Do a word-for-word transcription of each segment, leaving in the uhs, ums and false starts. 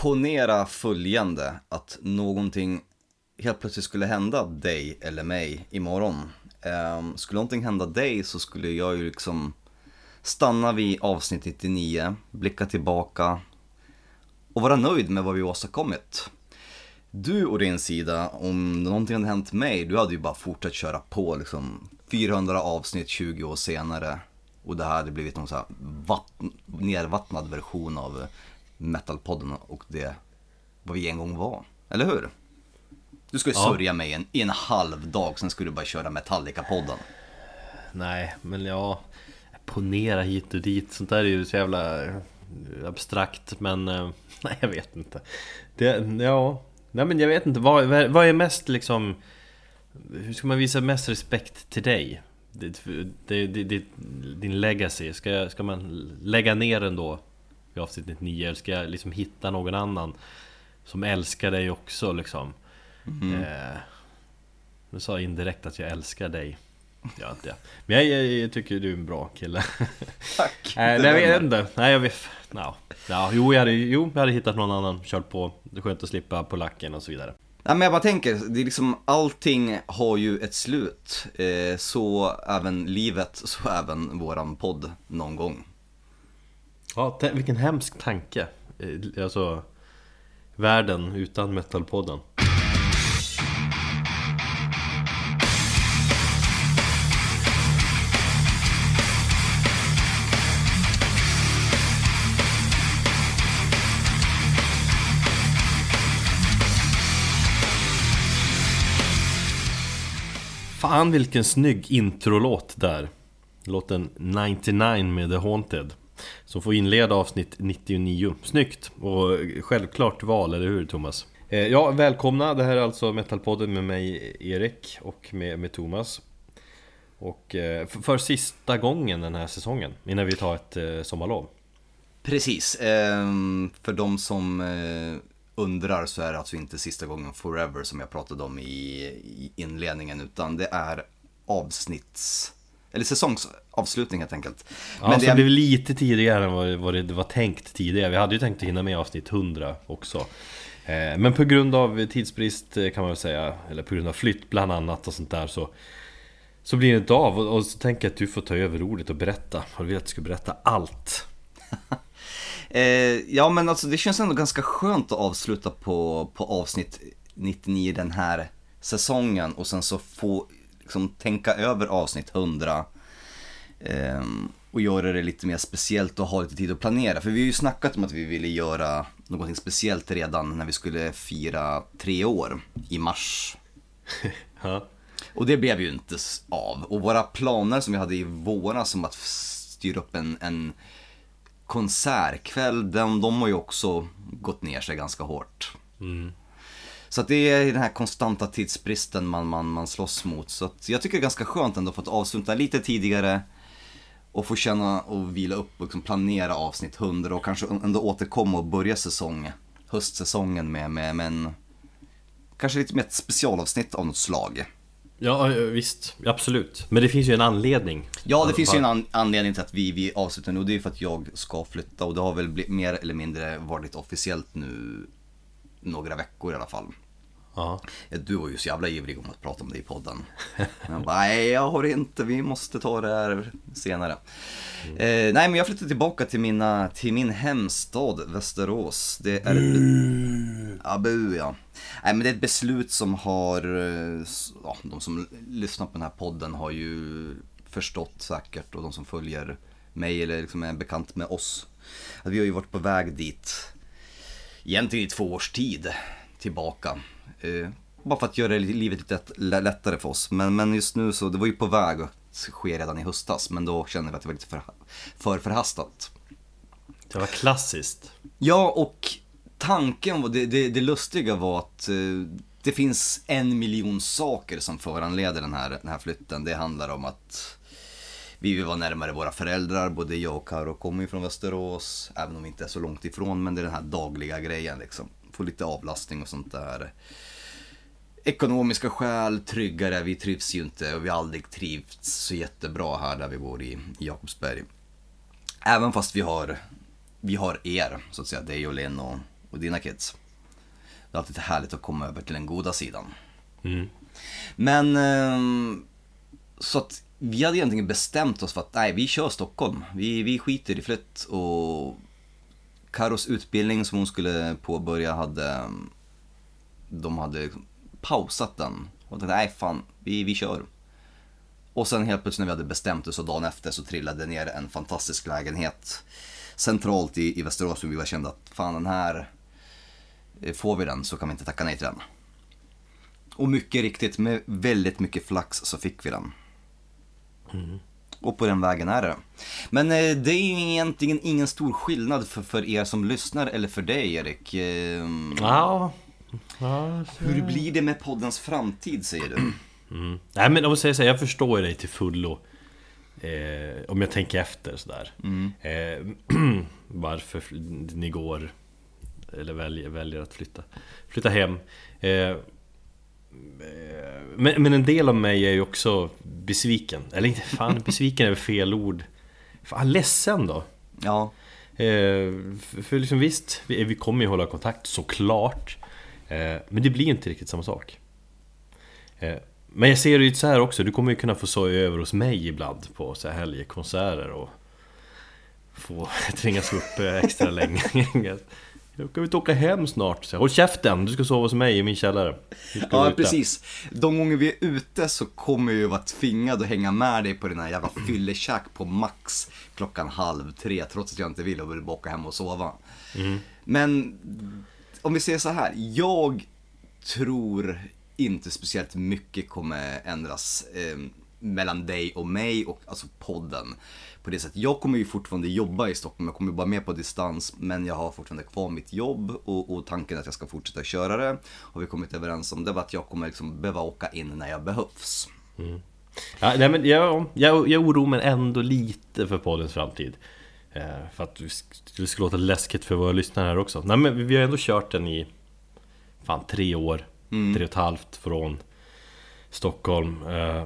Ponera följande, att någonting helt plötsligt skulle hända dig eller mig imorgon. Um, skulle någonting hända dig så skulle jag ju liksom stanna vid avsnitt nittionio, blicka tillbaka och vara nöjd med vad vi åstadkommit. Du och din sida, om någonting hade hänt mig, du hade ju bara fortsatt köra på liksom fyrahundra avsnitt tjugo år senare. Och det här hade blivit någon så här vattn, nervattnad version av Metalpodden och det vad vi en gång var. Eller hur? Du skulle ja. sörja mig en, i en halv dag, sen skulle du bara köra Metallica-podden. Nej, men ja, ponera hit och dit, sånt där är ju så jävla abstrakt. Men nej, jag vet inte det, ja, nej men jag vet inte vad, vad är mest liksom, hur ska man visa mest respekt till dig? Det, det, det, det, din legacy, ska, ska man lägga ner den då i avsnitt nio, eller ska jag liksom hitta någon annan som älskar dig också liksom? Mm. eh, Nu sa jag indirekt att jag älskar dig. Ja, inte. Men jag, jag, jag tycker du är en bra kille. Tack. eh, nej, jag vet inte. Nej, jag vet. No. Ja, jo, jag hade, jo, jag hade hittat någon annan, kört på. Det är skönt att slippa på lacken och så vidare. Ja, men jag bara tänker, det är liksom, allting har ju ett slut. eh, Så även livet, så även våran podd någon gång. Ja, t- vilken hemsk tanke. eh, Alltså, världen utan Metalpodden. Fan, vilken snygg introlåt där. Låten nittionio med The Haunted, som får inleda avsnitt nittionio. Snyggt och självklart val, eller hur Thomas? Eh, ja, välkomna. Det här är alltså Metalpodden med mig, Erik, och med, med Thomas. Och eh, för, för sista gången den här säsongen, innan vi tar ett eh, sommarlov. Precis, eh, för de som eh, undrar så är det alltså inte sista gången forever som jag pratade om i, i inledningen, utan det är avsnitts... eller säsongsavslutning helt enkelt. Ja, men så det är... blev lite tidigare än vad, vad det var tänkt tidigare. Vi hade ju tänkt att hinna med avsnitt hundra också. Eh, men på grund av tidsbrist kan man väl säga, eller på grund av flytt bland annat och sånt där, så, så blir det inte av. Och, och så tänker jag att du får ta över ordet och berätta. Jag vill att du ska berätta allt. eh, ja, men alltså det känns ändå ganska skönt att avsluta på, på avsnitt nittionio den här säsongen. Och sen så få liksom tänka över avsnitt hundra eh, och göra det lite mer speciellt och ha lite tid att planera. För vi har ju snackat om att vi ville göra någonting speciellt redan när vi skulle fira tre år i mars. Ja. Och det blev ju inte av. Och våra planer som vi hade i våras som att styra upp en, en konsertkväll, de, de har ju också gått ner sig ganska hårt. Mm. Så att det är den här konstanta tidsbristen man, man, man slåss mot. Så att jag tycker det är ganska skönt ändå för att avsluta lite tidigare och få känna och vila upp och liksom planera avsnitt hundra och kanske ändå återkomma och börja säsong, höstsäsongen med, med, med en, kanske lite mer ett specialavsnitt av något slag. Ja, visst, absolut. Men det finns ju en anledning. Ja, det finns ju en an- anledning till att vi, vi avslutar nu, och det är för att jag ska flytta, och det har väl blivit mer eller mindre varit officiellt nu några veckor i alla fall. Ja. Du var ju så jävla ivrig om att prata om det i podden. Jag bara, nej jag har inte, vi måste ta det här senare. Mm. Eh, nej men jag flyttade tillbaka till, mina, till min hemstad Västerås. Det är ett be- ja, bu, ja. Nej, men det är ett beslut som har, ja, de som lyssnar på den här podden har ju förstått säkert, och de som följer mig eller liksom är bekant med oss, att vi har ju varit på väg dit egentligen i två års tid tillbaka. Eh, bara för att göra livet lite lättare för oss. Men, men just nu så, det var ju på väg att ske redan i höstas. Men då kände vi att det var lite för, för förhastat. Det var klassiskt. Ja, och tanken var, det, det, det lustiga var att eh, det finns en miljon saker som föranleder den här, den här flytten. Det handlar om att vi vill vara närmare våra föräldrar. Både jag och Karo kommer ju från Västerås, även om vi inte är så långt ifrån. Men det är den här dagliga grejen liksom. Få lite avlastning och sånt där. Ekonomiska skäl, tryggare, vi trivs ju inte och vi har aldrig trivts så jättebra här där vi bor i, i Jakobsberg. Även fast vi har, vi har er, så att säga, dig och Linn och, och dina kids. Det är alltid härligt att komma över till den goda sidan. Mm. Men eh, så att vi hade egentligen bestämt oss för att nej, vi kör Stockholm. Vi, vi skiter i flytt. Och Karos utbildning som hon skulle påbörja hade, de hade pausat den. Och tänkte, nej fan, vi, vi kör. Och sen helt plötsligt när vi hade bestämt oss och dagen efter så trillade ner en fantastisk lägenhet centralt i, i Västerås. Som vi var kända att fan, den här, får vi den så kan vi inte tacka nej till den. Och mycket riktigt, med väldigt mycket flax så fick vi den. Mm. Och på den vägen är det. Men eh, det är ju egentligen ingen stor skillnad för, för er som lyssnar eller för dig, Erik. Eh, Ja. Ja, så... Hur blir det med poddens framtid, säger du? Mm. Nej, men om jag säger så här, jag förstår dig till fullo. Eh, om jag tänker efter sådär. Mm. Eh, varför ni går eller väljer, väljer att flytta flytta hem. Eh, men, men en del av mig är ju också besviken. Eller inte, fan, besviken är väl fel ord. Fan, ledsen då. Ja. Eh, för, för liksom visst, vi, vi kommer ju hålla kontakt såklart. Eh, men det blir inte riktigt samma sak. Eh, men jag ser det ju så här också. Du kommer ju kunna få soja över hos mig ibland på så här helgkonserter och få tvingas upp extra länge. Jag kan vi åka hem snart. Så, håll käften, du ska sova hos mig i min källare. Ja, precis. De gånger vi är ute så kommer jag ju vara tvingad att hänga med dig på den här jävla fyllekäk på max klockan halv tre, trots att jag inte vill och vill bara åka hem och sova. Mm. Men om vi säger så här, jag tror inte speciellt mycket kommer ändras eh, mellan dig och mig och alltså podden. På det sättet, jag kommer ju fortfarande jobba i Stockholm, jag kommer bara med på distans, men jag har fortfarande kvar mitt jobb och, och tanken är att jag ska fortsätta köra det. Och vi kommit överens om det var att jag kommer liksom behöva åka in när jag behövs. Mm. Ja, nej, men jag, jag, jag oroar mig ändå lite för poddens framtid. Eh, för att det ska låta läskigt för våra lyssnare här också. Nej, men vi har ändå kört den i fan tre år, mm. tre och ett halvt från Stockholm. Eh,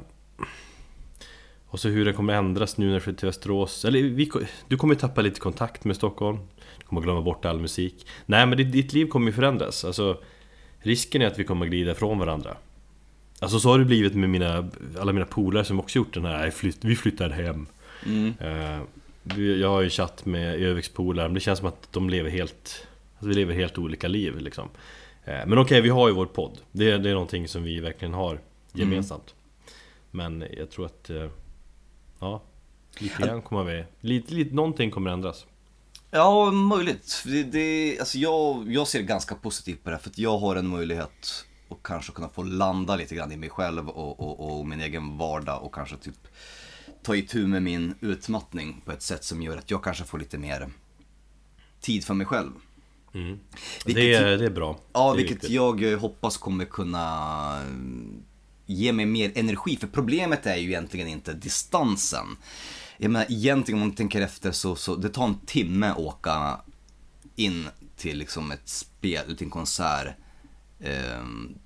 Och så hur det kommer ändras nu när du flyttar till Västerås. Eller vi, du kommer tappa lite kontakt med Stockholm. Du kommer glömma bort all musik. Nej, men ditt liv kommer ju förändras. Alltså, risken är att vi kommer glida ifrån varandra. Alltså så har det blivit med mina, alla mina polare som också gjort den här flytt, vi flyttar hem. Mm. uh, Jag har ju chatt med Övikspolare. Det känns som att de lever helt, alltså vi lever helt olika liv liksom. uh, Men okej, okay, vi har ju vår podd. det, det är någonting som vi verkligen har gemensamt. Mm. Men jag tror att uh, ja, lite grann kommer vi lite, lite, någonting kommer ändras. Ja, möjligt. Det, det, alltså jag, jag ser ganska positivt på det, för att jag har en möjlighet att kanske kunna få landa lite grann i mig själv och, och, och min egen vardag och kanske typ ta itu med min utmattning på ett sätt som gör att jag kanske får lite mer tid för mig själv. Mm. Vilket, det, är, det är bra. Ja, det vilket jag hoppas kommer kunna ge mig mer energi, för problemet är ju egentligen inte distansen. Jag menar, egentligen om man tänker efter så, så det tar en timme att åka in till liksom ett spel, till en konsert eh,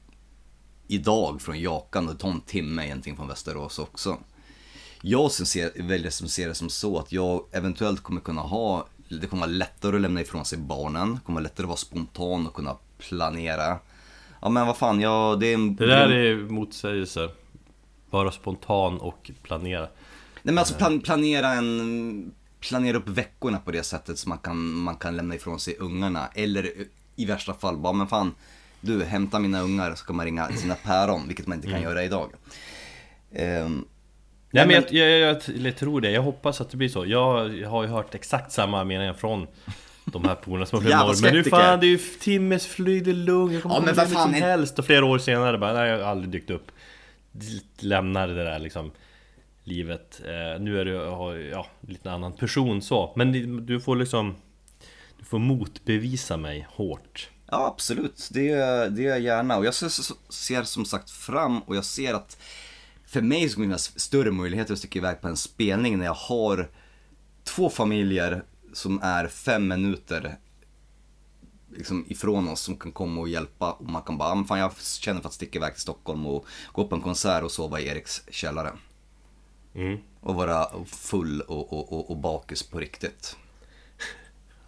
idag från Jakan, och det tar en timme egentligen från Västerås också. Jag ser, väljer som ser det som så att jag eventuellt kommer kunna ha, det kommer vara lättare att lämna ifrån sig barnen, det kommer vara lättare att vara spontan och kunna planera. Ja, men vad fan, jag, det är en... Det där är motsägelser. Vara spontan och planera. Nej, men alltså plan, planera en planera upp veckorna på det sättet så man kan man kan lämna ifrån sig ungarna, eller i värsta fall bara, men fan, du, hämta mina ungar, så kan man ringa sina päron, vilket man inte kan mm. göra idag. Um, Nej, men jag, jag, jag, jag tror det. Jag hoppas att det blir så. Jag, jag har ju hört exakt samma meningar från de här polarna som har flera år. Men nu fan, det är ju timmes flyg, det är lugnt. Jag kommer ja, men vad fan som är... helst. Och flera år senare bara, nej, jag har aldrig dykt upp. Lämnar det där liksom livet. eh, Nu är du ja, lite annan person så. Men du får liksom, du får motbevisa mig hårt. Ja, absolut. Det, det är jag gärna. Och jag ser, ser som sagt fram, och jag ser att för mig så kommer det större möjligheter att sticka iväg på en spelning när jag har två familjer som är fem minuter liksom ifrån oss, som kan komma och hjälpa, och man kan bara, men fan, jag känner för att sticka iväg till Stockholm och gå på en konsert och sova i Eriks källare. Mm. Och vara full och, och, och, och bakis på riktigt.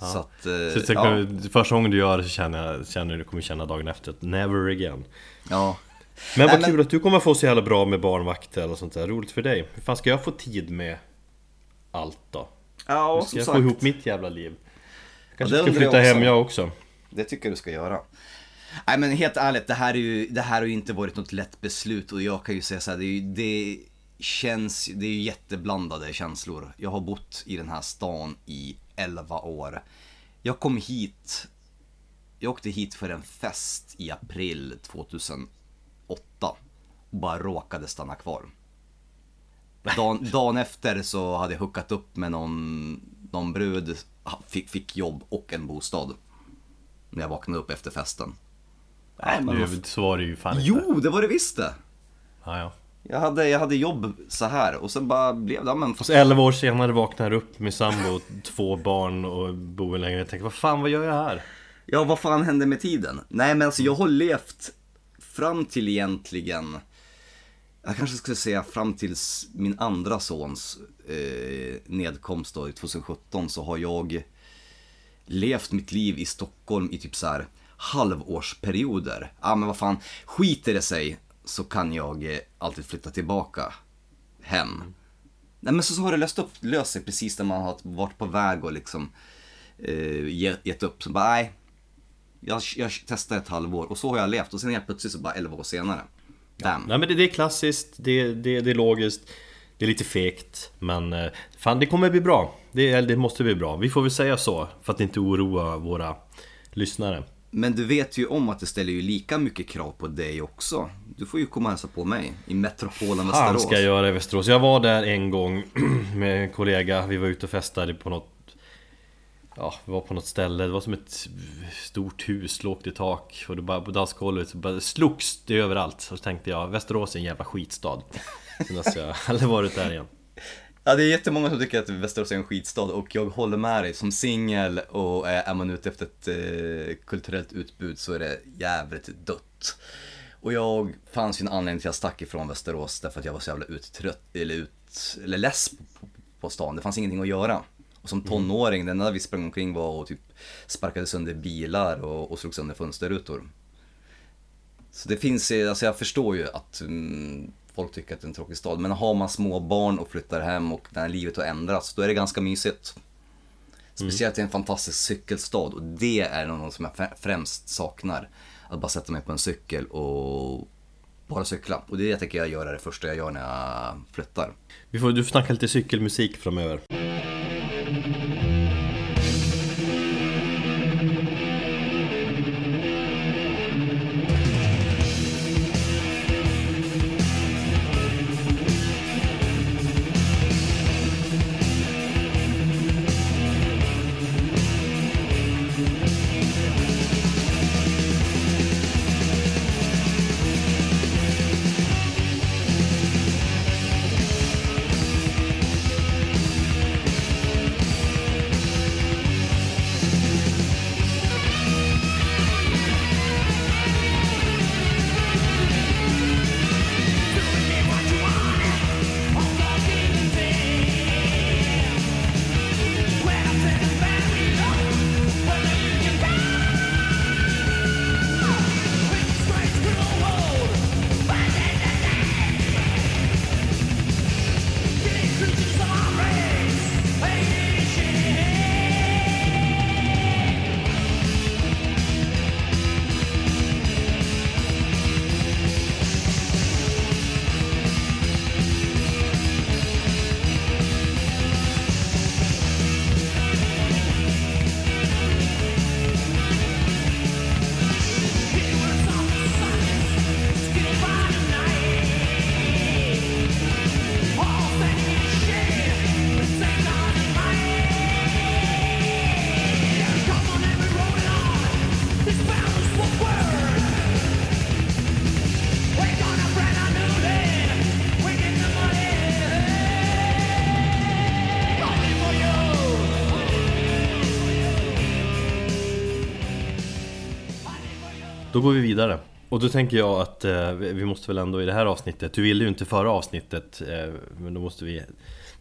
Ja. Så att, eh, så så ja. kan, första gången du gör det så känner jag, känner du kommer känna dagen efter att never again. Ja. Men vad Nej, kul men... att du kommer få så jävla bra med barnvakter och sånt där. Roligt för dig. Hur fan ska jag få tid med allt då? Ja, Hur ska som jag sagt. få ihop mitt jävla liv? Kanske Ja, det ska undrar jag flytta hem också. jag också. Det tycker jag du ska göra. Nej men helt ärligt, det här, är ju, det här har ju inte varit något lätt beslut och jag kan ju säga så här, det, är ju, det känns, det är ju jätteblandade känslor. Jag har bott i den här stan i elva år. Jag kom hit, jag åkte hit för en fest i april tvåtusenåtta och bara råkade stanna kvar. Dagen, dagen efter så hade jag hookat upp med någon, någon brud, fick, fick jobb och en bostad. När jag vaknade upp efter festen. Nej, men det, så var det ju fan inte. Jo, det var det visst det. Ja, ja. Jag hade, jag hade jobb så här och sen bara blev det, men... Och så elva år senare vaknar jag upp med sambo, två barn och bor längre. Jag tänker, vad fan, vad gör jag här? Ja, vad fan hände med tiden? Nej, men alltså jag har levt fram till egentligen... Jag kanske skulle säga fram till min andra sons eh, nedkomst då, i tjugosjutton så har jag levt mitt liv i Stockholm i typ så här halvårsperioder. Ja, men vad fan, skiter det sig så kan jag eh, alltid flytta tillbaka hem. Mm. Nej, men så, så har det löst, upp, löst sig precis när man har varit på väg och liksom eh, gett, gett upp. Så bara, nej, jag, jag testar ett halvår och så har jag levt och sen helt plötsligt så bara elva år senare. Ja. Nej, men det, det är klassiskt, det, det, det är logiskt, det är lite fegt, men eh, fan, det kommer bli bra. Det, det måste bli bra. Vi får väl säga så för att inte oroa våra lyssnare. Men du vet ju om att det ställer ju lika mycket krav på dig också. Du får ju komma och hälsa på mig i metropolen Västerås. Han ska jag göra i Västerås. Jag var där en gång med en kollega. Vi var ute och festade på något. Ja, vi var på något ställe. Det var som ett stort hus, lågt i tak. Och det bara på dansgolvet så bara slogs det överallt. Så tänkte jag, Västerås är en jävla skitstad. Sen dess jag aldrig varit där igen. Ja, det är jättemånga som tycker att Västerås är en skitstad och jag håller med dig. Som singel och är man ute efter ett eh, kulturellt utbud så är det jävligt dött. Och jag fanns ju en anledning till att jag stack ifrån Västerås därför att jag var så jävla uttrött eller, ut, eller less på, på stan. Det fanns ingenting att göra. Och som tonåring, den där vi sprang omkring var och typ sparkade sönder bilar och, och slog sönder fönsterrutor. Så det finns, alltså jag förstår ju att mm, folk tycker att det är en tråkig stad. Men har man små barn och flyttar hem och när livet har ändrats, då är det ganska mysigt. Speciellt i en fantastisk cykelstad och det är något som jag främst saknar. Att bara sätta mig på en cykel och bara cykla. Och det är det jag tänker jag göra det första jag gör när jag flyttar. Vi får, du får snacka lite cykelmusik framöver. Då går vi vidare. Och då tänker jag att eh, vi måste väl ändå i det här avsnittet, du ville ju inte förra avsnittet, eh, men då måste vi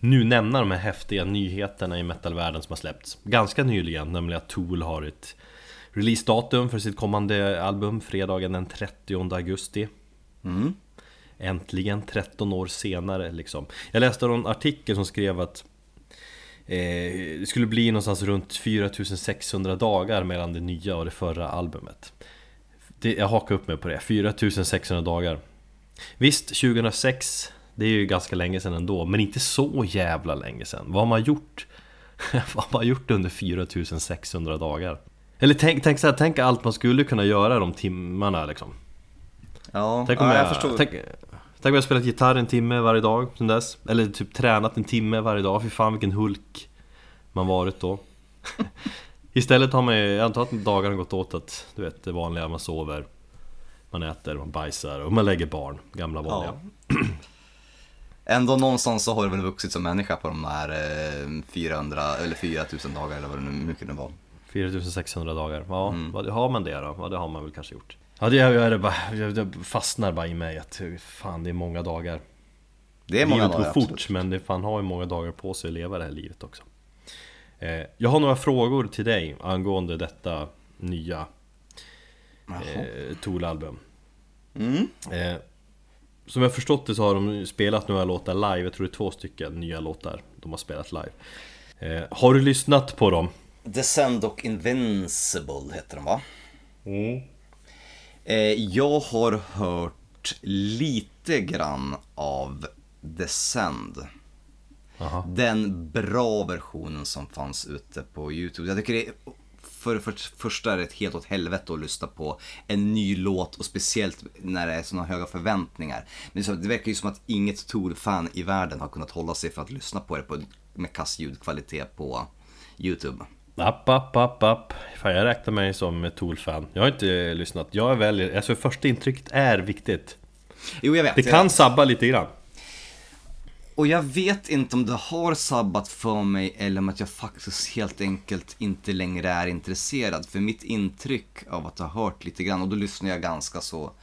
nu nämna de här häftiga nyheterna i metalvärlden som har släppts ganska nyligen, nämligen att Tool har ett releasedatum för sitt kommande album, fredagen den trettionde augusti. Mm. Äntligen, tretton år senare liksom. Jag läste en artikel som skrev att eh, det skulle bli någonstans runt fyra tusen sexhundra dagar mellan det nya och det förra albumet. det, Jag hakar upp mig på det, fyra tusen sexhundra dagar. Visst, tjugohundrasex, det är ju ganska länge sedan ändå, men inte så jävla länge sedan. Vad har man gjort? Vad har man gjort under fyra tusen sexhundra dagar? Eller tänk, tänk, så här, tänk allt man skulle kunna göra de timmarna liksom. Ja, tänk om ja jag, jag, jag förstår. Tänk, tänk om jag spelat gitarr en timme varje dag sen dess. Eller typ tränat en timme varje dag. Fy fan vilken hulk man varit då. Istället har man ju, jag antar att dagarna gått åt att, du vet, det vanliga, man sover, man äter, man bajsar och man lägger barn, gamla vanliga. Ja. Ändå någonstans så har det väl vuxit som människa på de här eh, fyrahundra eller fyra tusen dagar eller vad det nu mycket det var. fyra tusen sexhundra dagar, ja, Mm. vad har man det då? Ja, det har man väl kanske gjort. Ja, det gör det bara, det fastnar bara i mig att fan, det är många dagar. Det är många Livet går dagar, fort, absolut. men det fan har ju många dagar på sig att leva det här livet också. eh, Jag har några frågor till dig angående detta nya eh, Tool-album. Mm. eh, Som jag förstått det så har de spelat några låtar live. Jag tror det är två stycken nya låtar de har spelat live. eh, Har du lyssnat på dem? Descend och Invincible heter de, va? Mm. Eh, jag har hört lite grann av Descend. Aha. Den bra versionen som fanns ute på YouTube. Jag tycker det är, för, för första är det ett helt åt helvete att lyssna på en ny låt, och speciellt när det är såna höga förväntningar. Men så, det verkar ju som att inget Tool-fan i världen har kunnat hålla sig för att lyssna på det på, med kass ljudkvalitet på YouTube. App, app, app, app. Fan, jag räknar mig som Tool-fan. Jag har inte lyssnat. Jag väljer, alltså första intrycket är viktigt. Jo, jag vet. Det kan sabba lite grann. Och jag vet inte om det har sabbat för mig eller om att jag faktiskt helt enkelt inte längre är intresserad. För mitt intryck av att ha hört lite grann, och då lyssnar jag ganska så,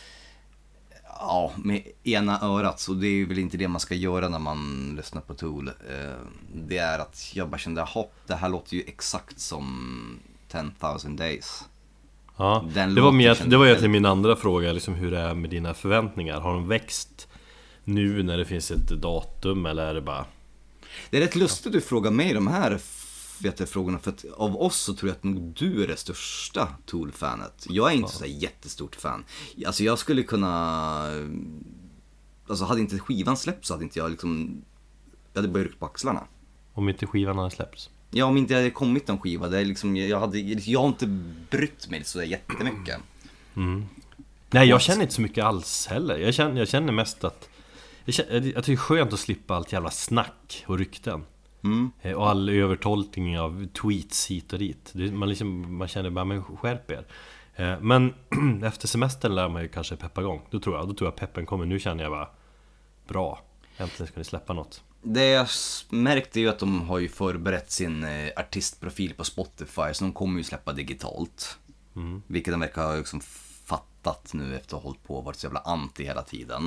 ja, med ena örat. Så det är väl inte det man ska göra när man lyssnar på Tool. Det är att jag bara kände, hopp, det här låter ju exakt som ten thousand days. Ja, Den det var, låten med, kände det var jag- egentligen min andra fråga, liksom hur det är med dina förväntningar. Har de växt nu när det finns ett datum, eller är det bara... Det är rätt lustigt att du frågar mig de här vet jag, frågorna, för att av oss så tror jag att nog du är det största Tool-fanet. Jag är inte så där jättestort fan. Alltså jag skulle kunna, alltså hade inte skivan släppts så hade inte jag liksom, jag hade börjat rycka på axlarna. Om inte skivan hade släppts? Ja, om inte hade kommit en skiva, det är liksom, jag, hade, jag har inte brytt mig så där jättemycket. Mm. Nej, jag känner inte så mycket alls heller. Jag känner, jag känner mest att jag, känner, jag tycker det är skönt att slippa allt jävla snack och rykten. Mm. Och all övertolkning av tweets hit och dit. Det, man, liksom, man känner bara, men skärp er. Eh, Men efter semestern lär man ju kanske peppa igång. Då tror jag, då tror jag peppen kommer. Nu känner jag bara, bra, äntligen ska ni släppa något. Det jag märkte ju att de har ju förberett sin eh, artistprofil på Spotify, så de kommer ju släppa digitalt. Mm. Vilket de verkar ha liksom fattat nu efter att ha hållit på och varit så jävla anti hela tiden.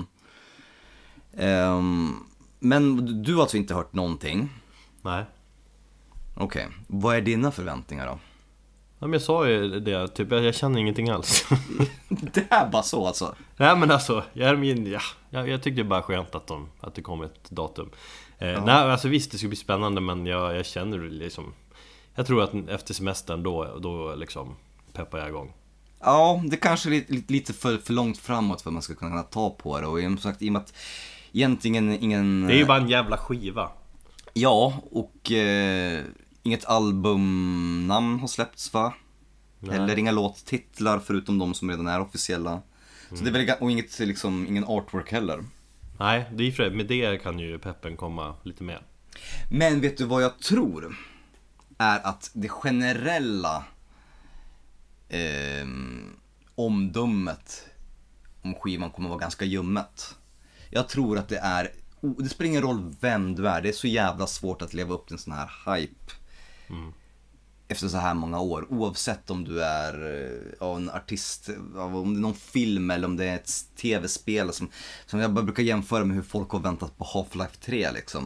Um, men du har alltså inte hört någonting? Nej. Okej, okay. Vad är dina förväntningar då? Ja, men jag sa ju det, typ, jag, jag känner ingenting alls. Det är bara så alltså? Nej, men alltså, jag, är min, ja, jag, jag tyckte det är bara skönt att, de, att det kom ett datum. eh, Ja. Nej, alltså visst, det skulle bli spännande, men jag, jag känner liksom, jag tror att efter semestern då, då liksom peppar jag igång. Ja, det kanske är lite, lite för, för långt framåt för att man ska kunna ta på det. Och som sagt, i och med att egentligen ingen... Det är ju bara en jävla skiva. Ja, och eh, inget albumnamn har släppts, va? Nej. Eller inga låttitlar förutom de som redan är officiella. Mm. Så det är väl, ga- och inget, liksom, ingen artwork heller. Nej, det är för det. Med det kan ju peppen komma lite mer. Men vet du vad jag tror? Är att det generella eh, omdömet om skivan kommer vara ganska ljummet. Jag tror att det är, oh, det spelar ingen roll vem du är, det är så jävla svårt att leva upp till en sån här hype Mm. efter så här många år, oavsett om du är eh, ja, en artist, ja, om det är någon film eller om det är ett tv-spel som, som jag bara brukar jämföra med hur folk har väntat på Half-Life tre liksom.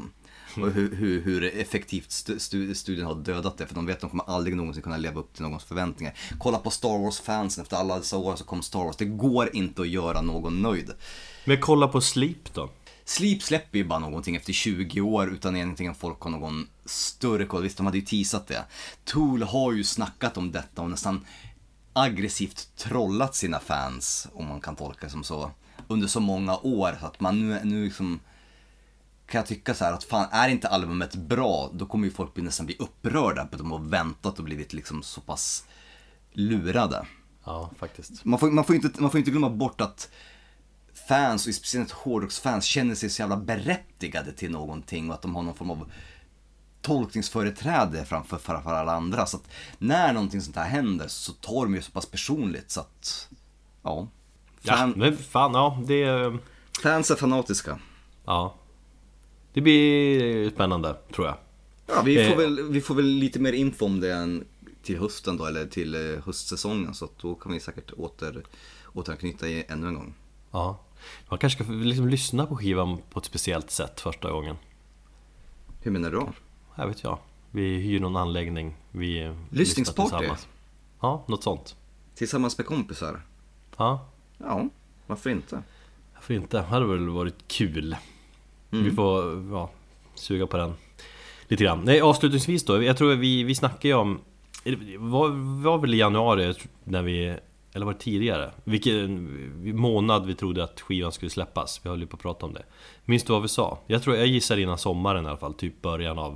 Och hur, hur, hur effektivt stu, studien har dödat det. För de vet att de kommer aldrig någonsin kunna leva upp till någons förväntningar. Kolla på Star Wars-fansen, efter alla dessa år så kom Star Wars. Det går inte att göra någon nöjd. Men kolla på Sleep då. Sleep släpper ju bara någonting efter tjugo år utan egentligen att folk har någon större koll. Visst, de hade ju teasat det. Tool har ju snackat om detta och nästan aggressivt trollat sina fans, om man kan tolka det som så, under så många år. Så att man nu, nu liksom kan jag tycka så här att fan, är inte albumet bra, då kommer ju folk nästan bli upprörda på att de har väntat och blivit liksom så pass lurade. Ja, faktiskt. Man får, man får, inte, man får inte glömma bort att fans, och speciellt hårdrocksfans, känner sig så jävla berättigade till någonting och att de har någon form av tolkningsföreträde framför för alla andra. Så att när någonting sånt här händer så tar de ju så pass personligt så att, ja. Fan, ja, men fan, ja, det är... Fans är fanatiska. Ja. Det blir spännande, tror jag. Ja, vi får, eh. väl, vi får väl lite mer info om det än till hösten då, eller till höstsäsongen. Så att då kan vi säkert åter, återanknyta ännu en gång. Ja, man kanske ska liksom lyssna på skivan på ett speciellt sätt första gången. Hur menar du då? Jag vet jag. Vi hyr någon anläggning. Vi lyssningsparty? Ja, något sånt. Tillsammans med kompisar? Ja. Ja, varför inte? Varför inte? Det hade väl varit kul. Mm. Vi får ja, suga på den lite grann. Nej, avslutningsvis då. Jag tror vi, vi snackade ju om... Det var, var väl i januari när vi... Eller var det tidigare? Vilken månad vi trodde att skivan skulle släppas. Vi höll ju på att prata om det. Minns du vad vi sa? Jag tror jag gissar innan sommaren i alla fall. Typ början av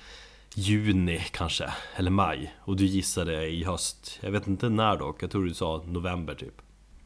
juni kanske. Eller maj. Och du gissade i höst. Jag vet inte när dock. Jag tror du sa november typ.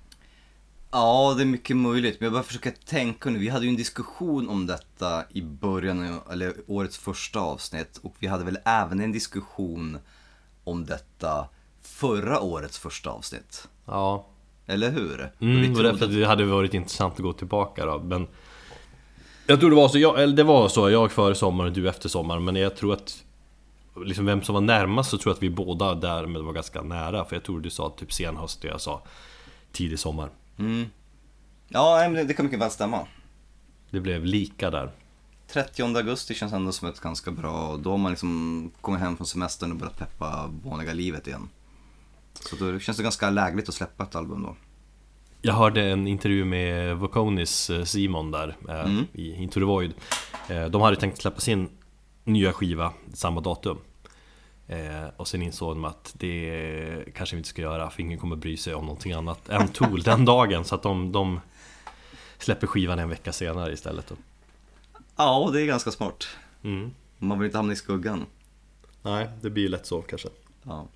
Ja, det är mycket möjligt. Men jag bara försöker tänka nu. Vi hade ju en diskussion om detta i början, eller årets första avsnitt. Och vi hade väl även en diskussion om detta förra årets första avsnitt. Ja. Eller hur? Mm, och därför att det hade varit intressant att gå tillbaka då. Men jag tror det var så, jag, eller det var så, jag före sommaren och du efter sommaren. Men jag tror att liksom vem som var närmast, så tror jag att vi båda därmed var ganska nära. För jag tror du sa typ sen höst, jag sa tidig sommar. Mm. Ja, det kan mycket väl stämma. Det blev lika där. trettionde augusti känns ändå som ett ganska bra. Då har man liksom kommit hem från semestern och börjat peppa vanliga livet igen. Så då känns det ganska lägligt att släppa ett album då. Jag hörde en intervju med Vokonis Simon där mm. i Into the Void. De hade tänkt släppa sin nya skiva samma datum. Och sen insåg de att det kanske vi inte ska göra, för ingen kommer bry sig om någonting annat än Tool den dagen. Så att de, de släpper skivan en vecka senare istället då. Ja, det är ganska smart. Mm. Man vill inte hamna i skuggan. Nej, det blir lätt så kanske. Ja.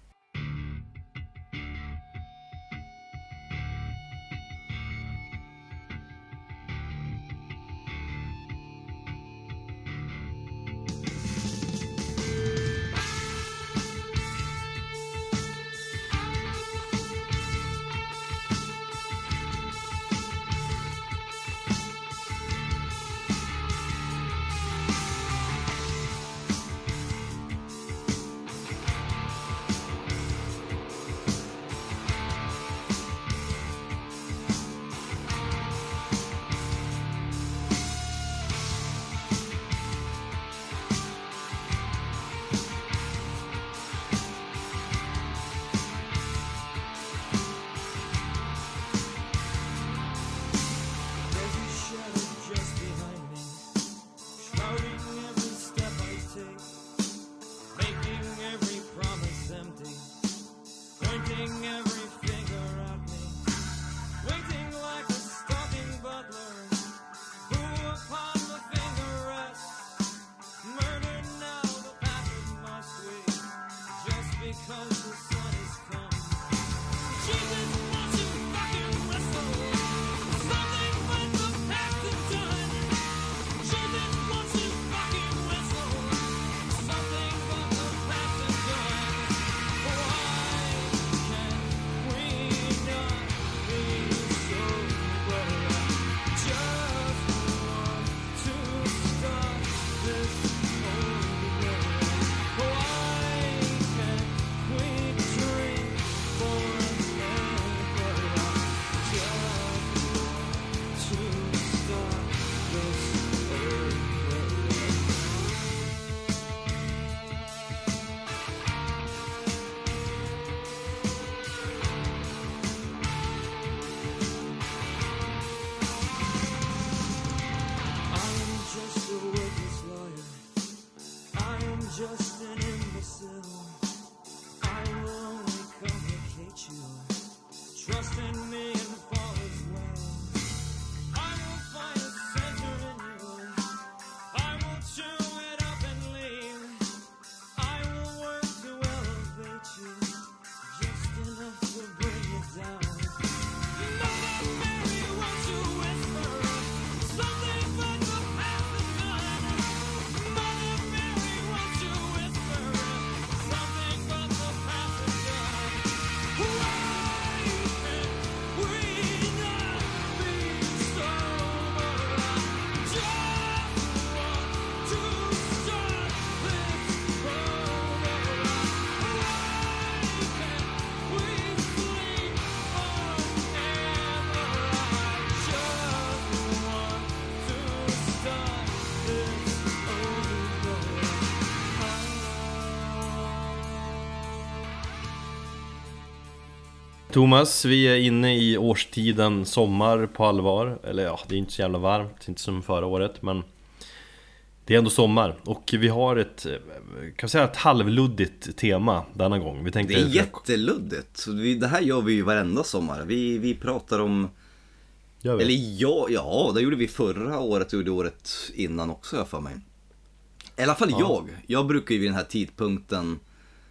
Thomas, vi är inne i årstiden sommar på allvar. Eller ja, det är inte så jävla varmt, inte som förra året, men det är ändå sommar. Och vi har ett, kan jag säga, ett halvluddigt tema denna gång. Vi tänkte det är jätteluddigt. Det här gör vi ju varenda sommar. Vi, vi pratar om... Eller ja, ja, det gjorde vi förra året och gjorde året innan också, jag för mig. I alla fall ja. jag. Jag brukar ju vid den här tidpunkten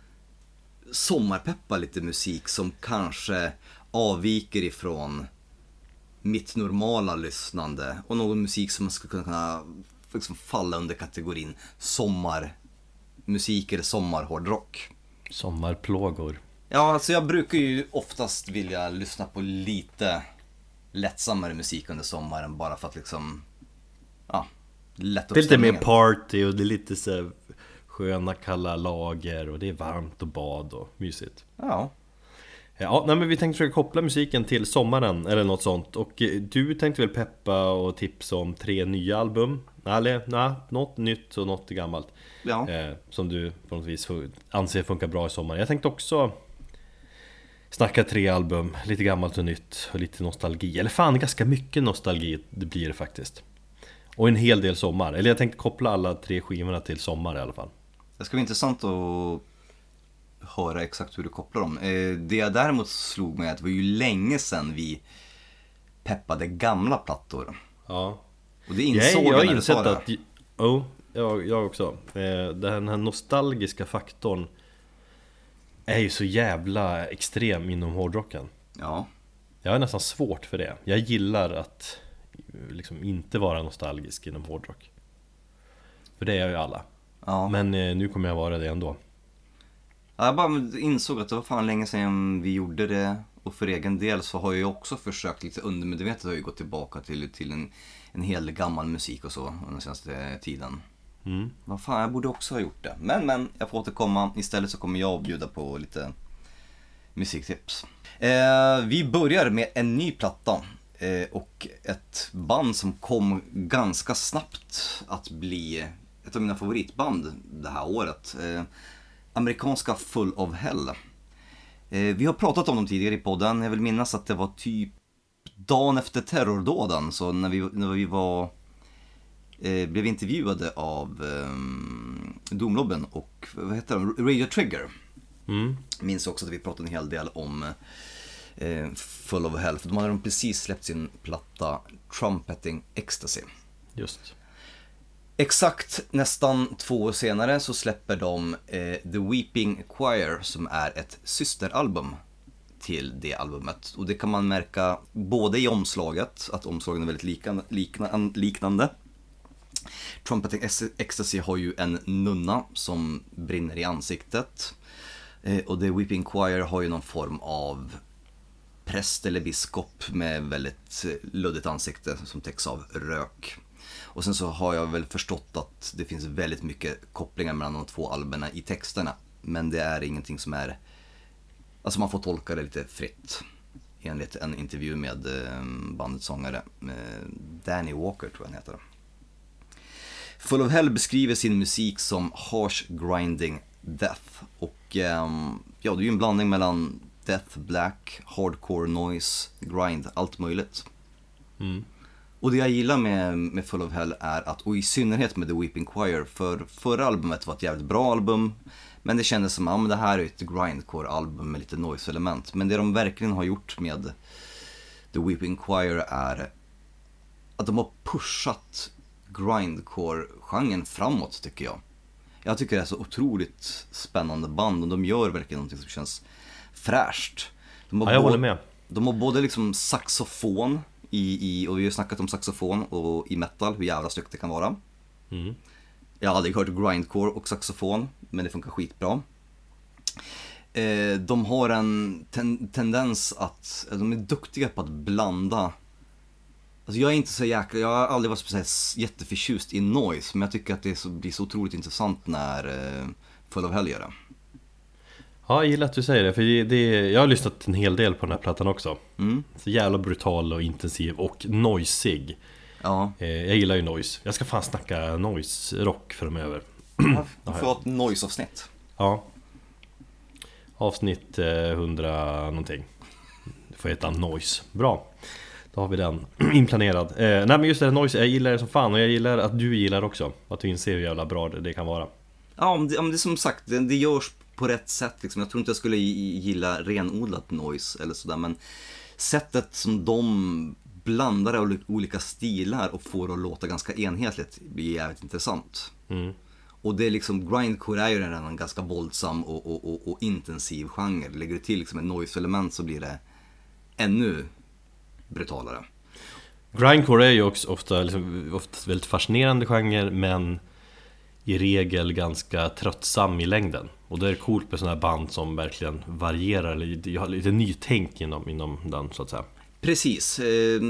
sommarpeppa lite musik som kanske avviker ifrån mitt normala lyssnande. Och någon musik som man skulle kunna liksom falla under kategorin sommarmusik eller sommarhårdrock. Sommarplågor. Ja, alltså jag brukar ju oftast vilja lyssna på lite lättsammare musik under sommaren, bara för att liksom, ja, lätta upp det är lite mer party och det är lite så sköna kalla lager och det är varmt och bad och mysigt. Ja. Ja, nej, men vi tänkte försöka koppla musiken till sommaren eller något sånt. Och du tänkte väl peppa och tipsa om tre nya album? Eller nej, något nytt och något gammalt. Ja. eh, Som du på något vis anser funkar bra i sommaren. Jag tänkte också snacka tre album, lite gammalt och nytt och lite nostalgi. Eller fan, ganska mycket nostalgi det blir det faktiskt. Och en hel del sommar. Eller jag tänkte koppla alla tre skivorna till sommar i alla fall. Det ska bli intressant att höra exakt hur du kopplar dem. Det jag däremot slog mig att det var ju länge sedan vi peppade gamla plattor. Ja. Och det insåg jag, jag jag har när insett du sa att det. oh, jag, jag också. Den här nostalgiska faktorn är ju så jävla extrem inom hårdrocken. Ja. Jag har nästan svårt för det. Jag gillar att liksom inte vara nostalgisk inom hårdrock. För det är ju alla. Ja. Men eh, nu kommer jag vara det ändå. Ja, jag bara insåg att det var fan länge sedan vi gjorde det. Och för egen del så har jag också försökt lite undermedvetet har jag gått tillbaka till, till en, en hel del gammal musik och så under den senaste tiden. Mm. Vad fan, jag borde också ha gjort det. Men, men, jag får återkomma. Istället så kommer jag att bjuda på lite musiktips. Eh, vi börjar med en ny platta. Eh, och ett band som kom ganska snabbt att bli ett av mina favoritband det här året. Eh, amerikanska Full of Hell. Eh, vi har pratat om dem tidigare i podden. Jag vill minnas att det var typ dagen efter terrordåden. Så när vi, när vi var, eh, blev intervjuade av eh, Domlobben och vad heter de? Radio Trigger. Mm. Minns också att vi pratade en hel del om eh, Full of Hell. För de hade de precis släppt sin platta Trumpeting Ecstasy. Just. Exakt nästan två år senare så släpper de eh, The Weeping Choir, som är ett systeralbum till det albumet. Och det kan man märka både i omslaget, att omslagen är väldigt liknande, likna, liknande. Trumpeting Ecstasy har ju en nunna som brinner i ansiktet. Eh, och The Weeping Choir har ju någon form av präst eller biskop med väldigt luddigt ansikte som täcks av rök. Och sen så har jag väl förstått att det finns väldigt mycket kopplingar mellan de två albumen i texterna. Men det är ingenting som är... Alltså man får tolka det lite fritt. Enligt en intervju med bandets sångare. Danny Walker tror jag han heter. Full of Hell beskriver sin musik som harsh grinding death. Och ja, det är ju en blandning mellan death, black, hardcore, noise, grind, allt möjligt. Mm. Och det jag gillar med, med Full of Hell är att, och i synnerhet med The Weeping Choir, för förra albumet var ett jävligt bra album Men det kändes som, ja men det här är ett grindcore-album med lite noise-element. Men det de verkligen har gjort med The Weeping Choir är att de har pushat grindcore-genren framåt, tycker jag. Jag tycker det är så otroligt spännande band och de gör verkligen något som känns fräscht. De har Ja, jag både, håller med. De har både liksom saxofon i, i, och vi har snackat om saxofon och i metal, hur jävla snyggt det kan vara. Mm. Jag har aldrig hört grindcore och saxofon, men det funkar skitbra. Eh, de har en ten- tendens att, de är duktiga på att blanda. Alltså jag är inte så jäkla, jag har aldrig varit speciellt jätteförtjust i noise, men jag tycker att det så, blir så otroligt intressant när eh, Full of Hell gör det. Ja, jag gillar att du säger det, för det, det, jag har lyssnat en hel del på den här plattan också. Mm. Så jävla brutal och intensiv och noisig. Ja. eh, Jag gillar ju noise. Jag ska fan snacka noise-rock framöver. Du får ha ett noise-avsnitt. Ja. Avsnitt eh, hundra någonting. Det får heta noise. Bra. Då har vi den inplanerad. eh, Nej men just det, noise, jag gillar det som fan. Och jag gillar att du gillar också. Att du inser hur jävla bra det, det kan vara. Ja, om det, om det som sagt, det, det görs på rätt sätt liksom. Jag tror inte jag skulle gilla renodlat noise eller sådär, men sättet som de blandar olika stilar och får det att låta ganska enhetligt blir jävligt intressant. Mm. Och det är liksom, grindcore är ju redan en ganska våldsam och, och, och, och intensiv genre. Lägger du till liksom en noise-element så blir det ännu brutalare. Grindcore är ju också ofta, liksom, ofta väldigt fascinerande genre, men i regel ganska tröttsam i längden. Och det är coolt med sådana här band som verkligen varierar, eller har lite nytänk inom, inom den, så att säga. Precis.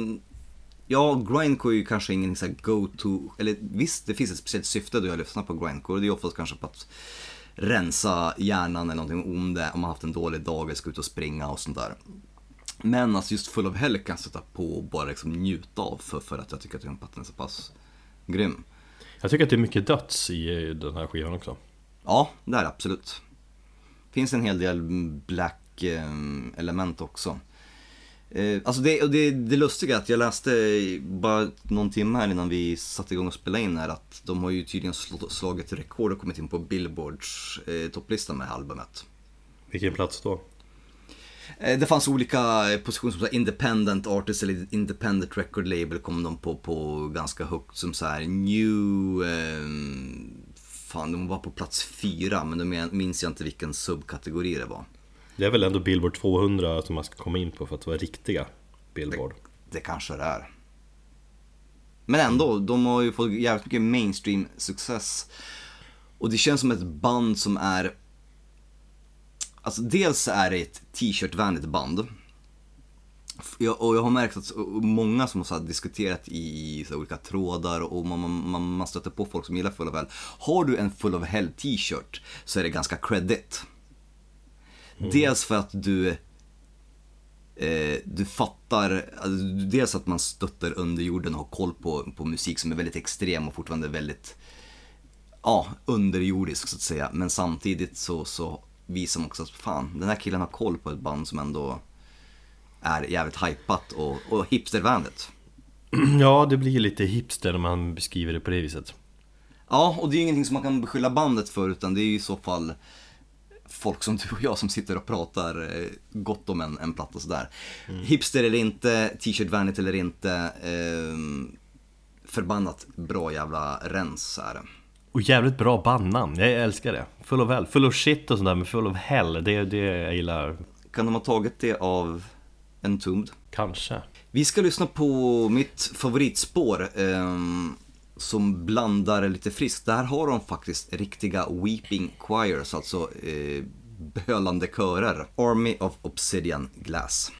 Ja, grindcore är ju kanske ingen så här go-to, eller visst, det finns ett speciellt syfte då jag lyssnar på grindcore. Det är oftast kanske på att rensa hjärnan eller någonting om det, om man har haft en dålig dag eller ska ut och springa och sånt där. Men alltså just Full of Hell kan jag sätta på och bara liksom njuta av för, för att jag tycker att den plattan är så pass grym. Jag tycker att det är mycket döds i den här skivan också. Ja, det är absolut. Finns en hel del black eh, element också. Eh, alltså det, och det, det lustiga är att jag läste bara någon timme här innan vi satte igång och spelade in är att de har ju tydligen sl- slagit rekord och kommit in på Billboards eh, topplista med albumet. Vilken plats då? Det fanns olika positioner som så här, independent artist eller independent record label kom de på, på ganska högt som så här new eh, fan de var på plats fyra, men då minns jag inte vilken subkategori det var. Det är väl ändå Billboard tvåhundra som man ska komma in på för att vara riktiga Billboard. Det, det kanske det är. Men ändå, de har ju fått jävligt mycket mainstream success. Och det känns som ett band som är, alltså dels är det ett t-shirtvänligt band. Jag, och jag har märkt att många som har så diskuterat i så olika trådar och man, man, man stöter på folk som gillar Full of Hell. Har du en Full of Hell t-shirt så är det ganska credit. Mm. Dels för att du eh, du fattar, alltså, dels att man stöttar under jorden och har koll på, på musik som är väldigt extrem och fortfarande väldigt ja, underjordisk så att säga. Men samtidigt så, så visar man också att fan, den här killen har koll på ett band som ändå är jävligt hypat och, och hipstervänligt. Ja, det blir lite hipster när man beskriver det på det viset. Ja, och det är ju ingenting som man kan beskylla bandet för, utan det är ju i så fall folk som du och jag som sitter och pratar gott om en, en platta sådär. Mm. Hipster eller inte, t-shirtvänligt eller inte, eh, förbannat bra jävla rens är det. Och jävligt bra bandnamn, jag älskar det. Full of Hell, full of shit och sådär, men Full of Hell, det är det jag gillar. Kan de ha tagit det av Entombed? Kanske. Vi ska lyssna på mitt favoritspår eh, som blandar lite friskt. Där har de faktiskt riktiga weeping choirs, alltså eh, bölande körer. Army of Obsidian Glass.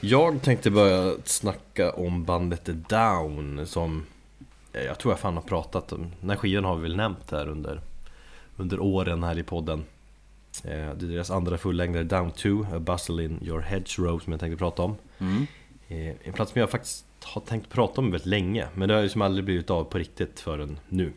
Jag tänkte börja snacka om bandet The Down, som jag tror jag fan har pratat om. Den här skivan har vi väl nämnt här under, under åren här i podden. Det är deras andra fullängdare, Down two, A Bustle in Your Hedgerow, som jag tänkte prata om. Mm. En plats som jag faktiskt har tänkt prata om väldigt länge, men det har ju liksom aldrig blivit av på riktigt förrän nu.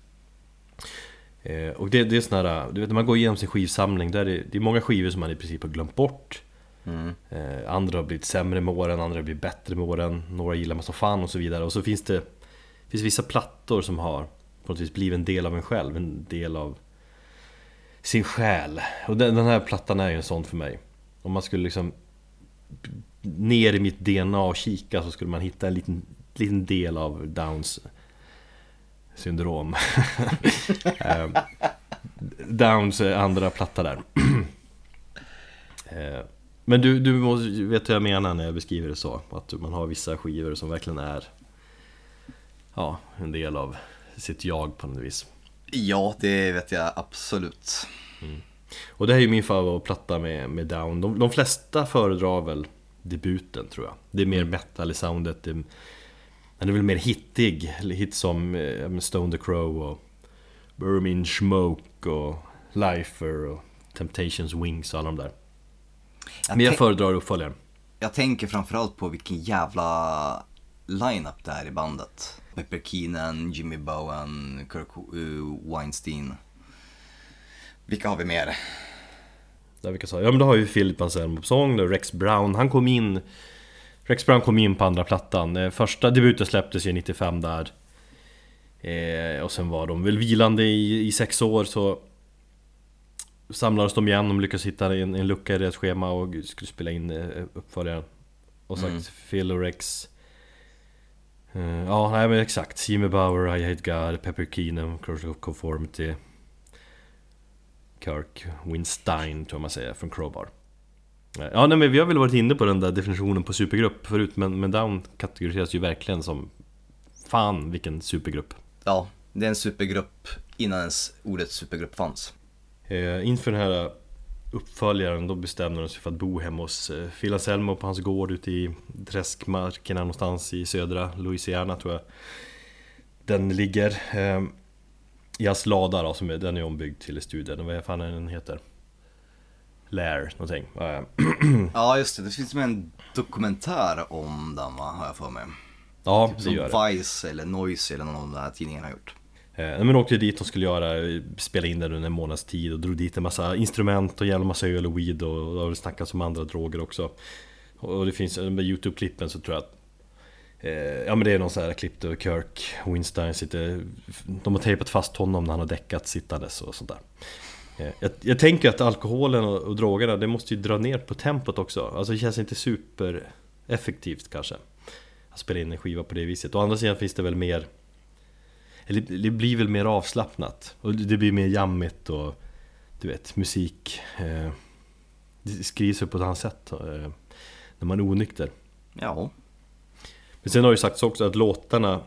Och det, det är sån här, du vet, när man går igenom sin skivsamling, där är det, det är många skivor som man i princip har glömt bort. Mm. Eh, andra har blivit sämre med åren, andra har blivit bättre med åren, några gillar man så fan och så vidare. Och så finns det finns vissa plattor som har på något vis blivit en del av en själv, en del av sin själ. Och den, den här plattan är ju en sån för mig. Om man skulle liksom ner i mitt D N A och kika, så skulle man hitta en liten, liten del av Downs syndrom. eh, Downs andra platta där. eh, Men du, du måste, vet vad jag menar när jag beskriver det så. Att man har vissa skivor som verkligen är, ja, en del av sitt jag på något vis. Ja, det vet jag absolut. Mm. Och det här är ju min favoritplatta med, med Down. De, de flesta föredrar väl debuten, tror jag. Det är mer metal i soundet. Det, den är väl mer hittig. Hit som eh, Stone the Crow och Burn in Smoke och Lifer och Temptations Wings och alla de där. Jag Men jag föredrar uppföljaren. Jag tänker framförallt på vilken jävla line-up det är i bandet. Pepper Keenan, Jimmy Bowen, Kirk uh, Weinstein. Vilka har vi mer? Där vilka sa? Ja, men då har vi Philip Anselmo på sång, Rex Brown. Han kom in Rex Brown kom in på andra plattan. Första debuten släpptes ju nittiofem där. Eh, och sen var de väl vilande i, i sex år, så samlades de igen. De lyckades hitta en, en lucka i deras schema och skulle spela in eh, uppföljaren. Och sagt mm. Phil och Rex. eh, Ja, nej men exakt. Jimmy Bower, I Hate God, Pepper Keenan, Crucial Conformity, Kirk Windstein, tror man säger, från Crowbar. Ja, nej, men vi har väl varit inne på den där definitionen på supergrupp förut, men, men Down kategoriseras ju verkligen som fan vilken supergrupp. Ja, det är en supergrupp innan ens ordet supergrupp fanns. Eh, inför den här uppföljaren då bestämde de sig för att bo hemma hos eh, Phil Anselmo på hans gård ute i träskmarkerna någonstans i södra Louisiana, tror jag den ligger. Eh, I hans lada då, som är, den är ombyggd till studien. Vad fan är den heter? Lair, någonting. Ja, just det. Det finns med en dokumentär om den, va, har jag för mig. Ja, typ det som gör det. Vice eller Noise eller någon av de där tidningarna har gjort. Eh, men åkte dit och skulle göra, spela in den under en månads tid och drog dit en massa instrument och jävla massa öl och weed och, och det snackas om andra droger också. Och det finns, med YouTube-klippen så tror jag att eh, ja men det är någon sån här klipp där Kirk Windstein sitter, de har tejpat fast honom när han har däckat sittandes och sånt där. eh, jag, jag tänker att alkoholen och, och drogerna, det måste ju dra ner på tempot också. Alltså det känns inte super effektivt kanske att spela in en skiva på det viset. Å andra sidan finns det väl mer, eller det blir väl mer avslappnat och det blir mer jammigt och du vet, musik eh, det skrivs på ett annat sätt eh, när man är onykter. Ja. Men sen har ju sagts också att låtarna,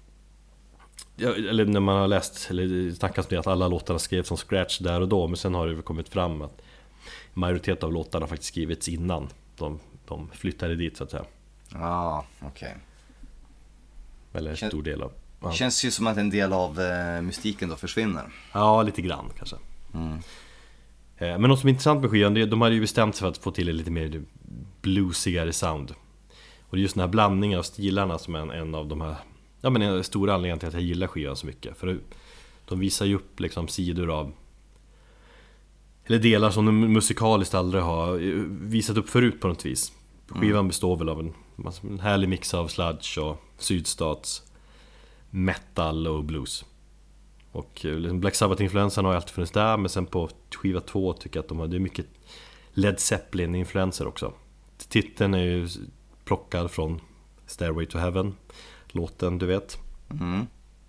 ja, eller när man har läst eller snackat med att alla låtarna skrevs som scratch där och då, men sen har det väl kommit fram att majoriteten av låtarna faktiskt skrivits innan de, de flyttade dit så att säga. Ja, ah, okej. Okay. Eller en Kän- stor del av. Ja. Känns ju som att en del av eh, mystiken då försvinner. Ja, lite grann kanske. Mm. eh, Men något som är intressant med skivan, det, de hade ju bestämt sig för att få till ett lite mer bluesigare sound. Och det är just den här blandningen av stilarna som är en, en av de här, ja men en stor anledning till att jag gillar skivan så mycket. För de visar ju upp liksom sidor av, eller delar som de musikaliskt aldrig har visat upp förut på något vis. Skivan mm. består väl av en, en härlig mix av sludge och sydstats metal och blues. Och Black Sabbath-influensen har alltid funnits där, men sen på skiva två tycker jag att de har, det är mycket Led Zeppelin-influenser också. Titeln är ju plockad från Stairway to Heaven, låten du vet. Mm.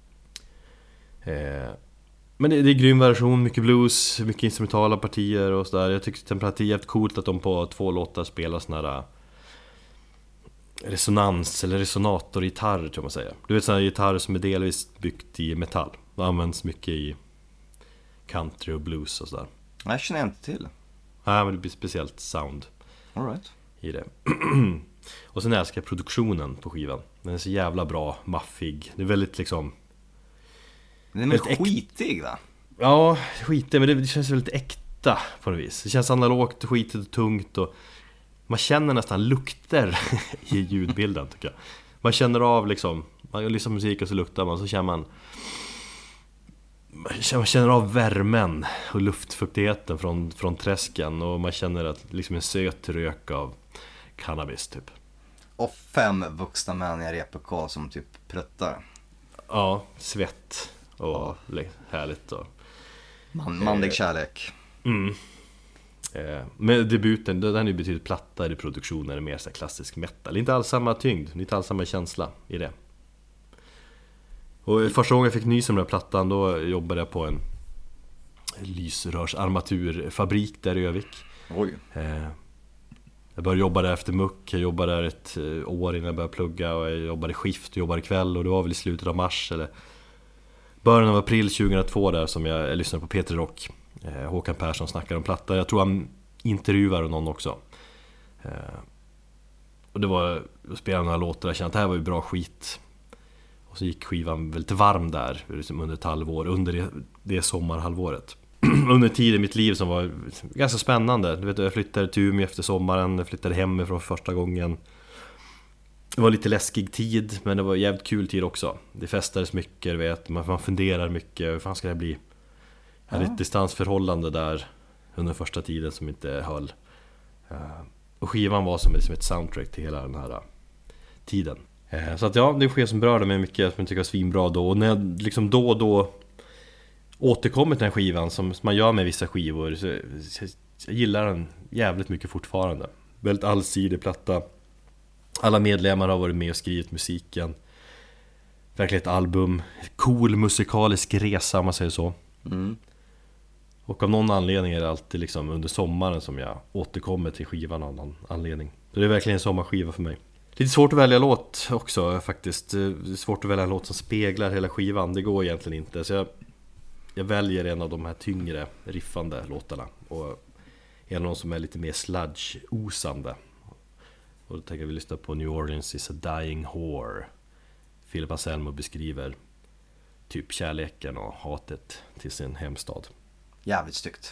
Eh, men det, det är grym version, mycket blues, mycket instrumentala partier och sådär. Jag tycker det är jävligt coolt att de på två låtar spelar såna här resonans eller resonatorgitarr tror man säger. Du vet sådana gitarrer som är delvis byggt i metall. Det används mycket i country och blues och sådär. Jag känner inte till. Nej, men det blir speciellt sound. All right. i det. Och sen älskar jag produktionen på skivan. Den är så jävla bra, maffig. Det är väldigt liksom... Den är väldigt skitig va? Ja, skitig, men det, det känns väldigt äkta på något vis. Det känns analogt, skitigt och tungt och man känner nästan lukter i ljudbilden tycker jag. Man känner av liksom, man lyssnar på musik och så luktar man, så känner man man känner av värmen och luftfuktigheten från, från träsken och man känner att liksom en söt rök av cannabis typ. Och fem vuxna män i en replokal som typ pruttar. Ja, svett och ja. Härligt och Man, manlig kärlek. Mm. Eh, med debuten, den är ju betydligt plattare i produktionen, är mer så här klassisk metal. Inte alls samma tyngd, inte alls samma känsla i det. Och första gången jag fick nys om den här plattan, då jobbade jag på en lysrörsarmaturfabrik där i Övik. Oj. Eh, jag började jobba där efter muck, jag jobbade där ett år innan jag började plugga och jag jobbade skift och jobbade kväll och det var väl i slutet av mars eller början av april tjugohundratvå där som jag, jag lyssnade på Peter Rock. eh, Håkan Persson snackar om plattan, jag tror han intervjuar någon också. eh, Och det var, jag spelade några låtar, jag kände att det här var ju bra skit. Och så gick skivan väldigt varm där liksom under ett halvår, under det, det sommarhalvåret. Under tiden i mitt liv som var ganska spännande. Du vet, jag flyttade till Umeå efter sommaren, jag flyttade hemifrån första gången. Det var lite läskig tid, men det var jävligt kul tid också. Det festades mycket, du vet, man, man funderar mycket, hur fan ska det bli? Jag hade ett distansförhållande där under första tiden som inte höll. Och skivan var som ett soundtrack till hela den här tiden. Så att ja, det är en skiva som berörde mig mycket, som jag tycker var svinbra då. Och när jag liksom då och då återkommer till den skivan som man gör med vissa skivor, så jag gillar den jävligt mycket fortfarande. Väldigt allsidig platta. Alla medlemmar har varit med och skrivit musiken. Verkligen ett album. Cool musikalisk resa om man säger så. Mm. Och av någon anledning är det alltid liksom under sommaren som jag återkommer till skivan av någon anledning. Så det är verkligen en sommarskiva för mig. Lite svårt att välja låt också faktiskt. Det är svårt att välja en låt som speglar hela skivan. Det går egentligen inte. Så jag, jag väljer en av de här tyngre riffande låtarna. Och en av de som är lite mer sludge-osande. Och då tänker vi lyssna på New Orleans is a dying whore. Philip Anselmo beskriver typ kärleken och hatet till sin hemstad. Jävligt styggt.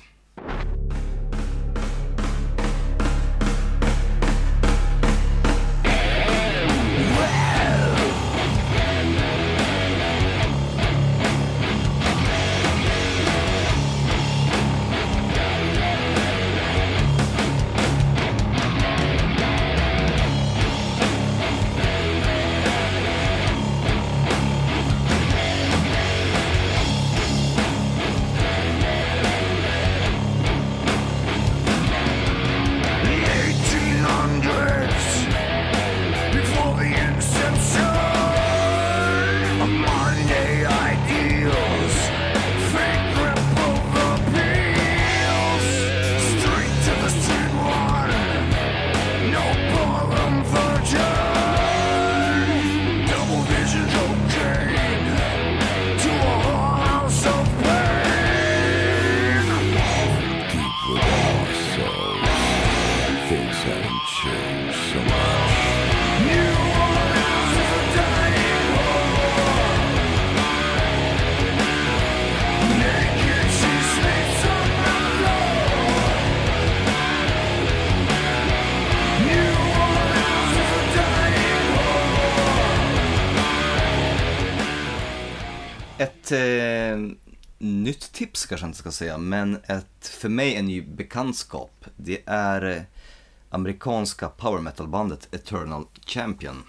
Ett eh, nytt tips kanske jag inte ska säga, men ett, för mig en ny bekantskap. Det är eh, amerikanska power metal bandet Eternal Champion.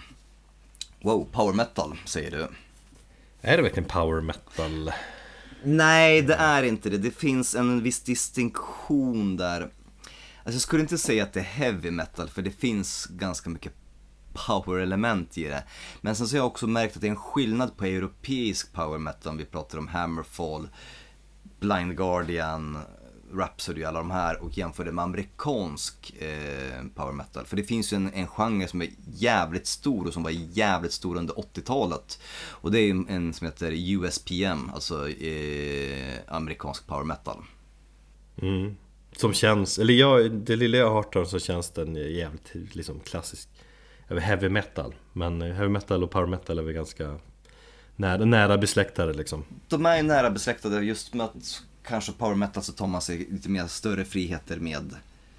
Wow, power metal säger du. Är det verkligen power metal? Nej, det är inte det. Det finns en viss distinktion där. Alltså jag skulle inte säga att det är heavy metal, för det finns ganska mycket power-element i det. Men sen så har jag också märkt att det är en skillnad på europeisk power metal. Om vi pratar om Hammerfall, Blind Guardian, Rhapsody, alla de här, och jämför det med amerikansk eh, power metal. För det finns ju en, en genre som är jävligt stor och som var jävligt stor under åttiotalet. Och det är en som heter U S P M, alltså eh, amerikansk power metal. Mm. Som känns, eller jag, det lilla jag har hört om så känns den jävligt liksom klassisk över heavy metal. Men heavy metal och power metal är väl ganska nära, nära besläktade liksom. De är ju nära besläktade, just med att kanske power metal så tar man sig lite mer större friheter med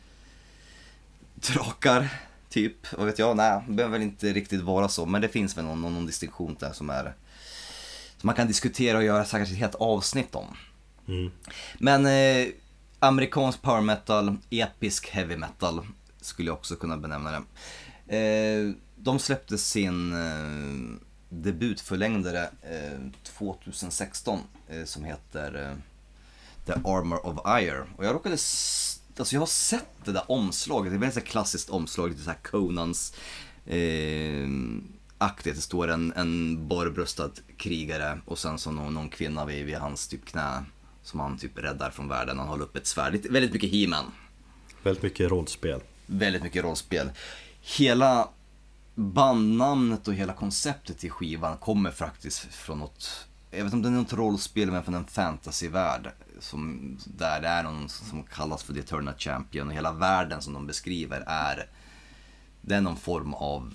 drakar typ. Och vet jag, nej, det behöver väl inte riktigt vara så. Men det finns väl någon, någon distinktion där som är som man kan diskutera och göra säkert ett helt avsnitt om. Mm. Men eh, amerikansk power metal, episk heavy metal skulle jag också kunna benämna det. Eh, de släppte sin eh, debutförlängdare eh, tjugohundrasexton eh, som heter eh, The Armor of Ire. Och jag råkade, s- alltså jag har sett det där omslaget, det är väldigt så här klassiskt omslag, lite så här Conans eh, aktigt. Det står en, en borrbröstad krigare och sen så någon, någon kvinna vid, vid hans typ knä som han typ räddar från världen. Han håller upp ett svärd, lite, väldigt mycket He-Man. Väldigt mycket rollspel. Väldigt mycket rollspel. Hela bandnamnet och hela konceptet i skivan kommer faktiskt från något, jag vet inte om det är något rollspel, men från en fantasyvärld som, där det är någon som kallas för The Eternal Champion, och hela världen som de beskriver är, det är någon form av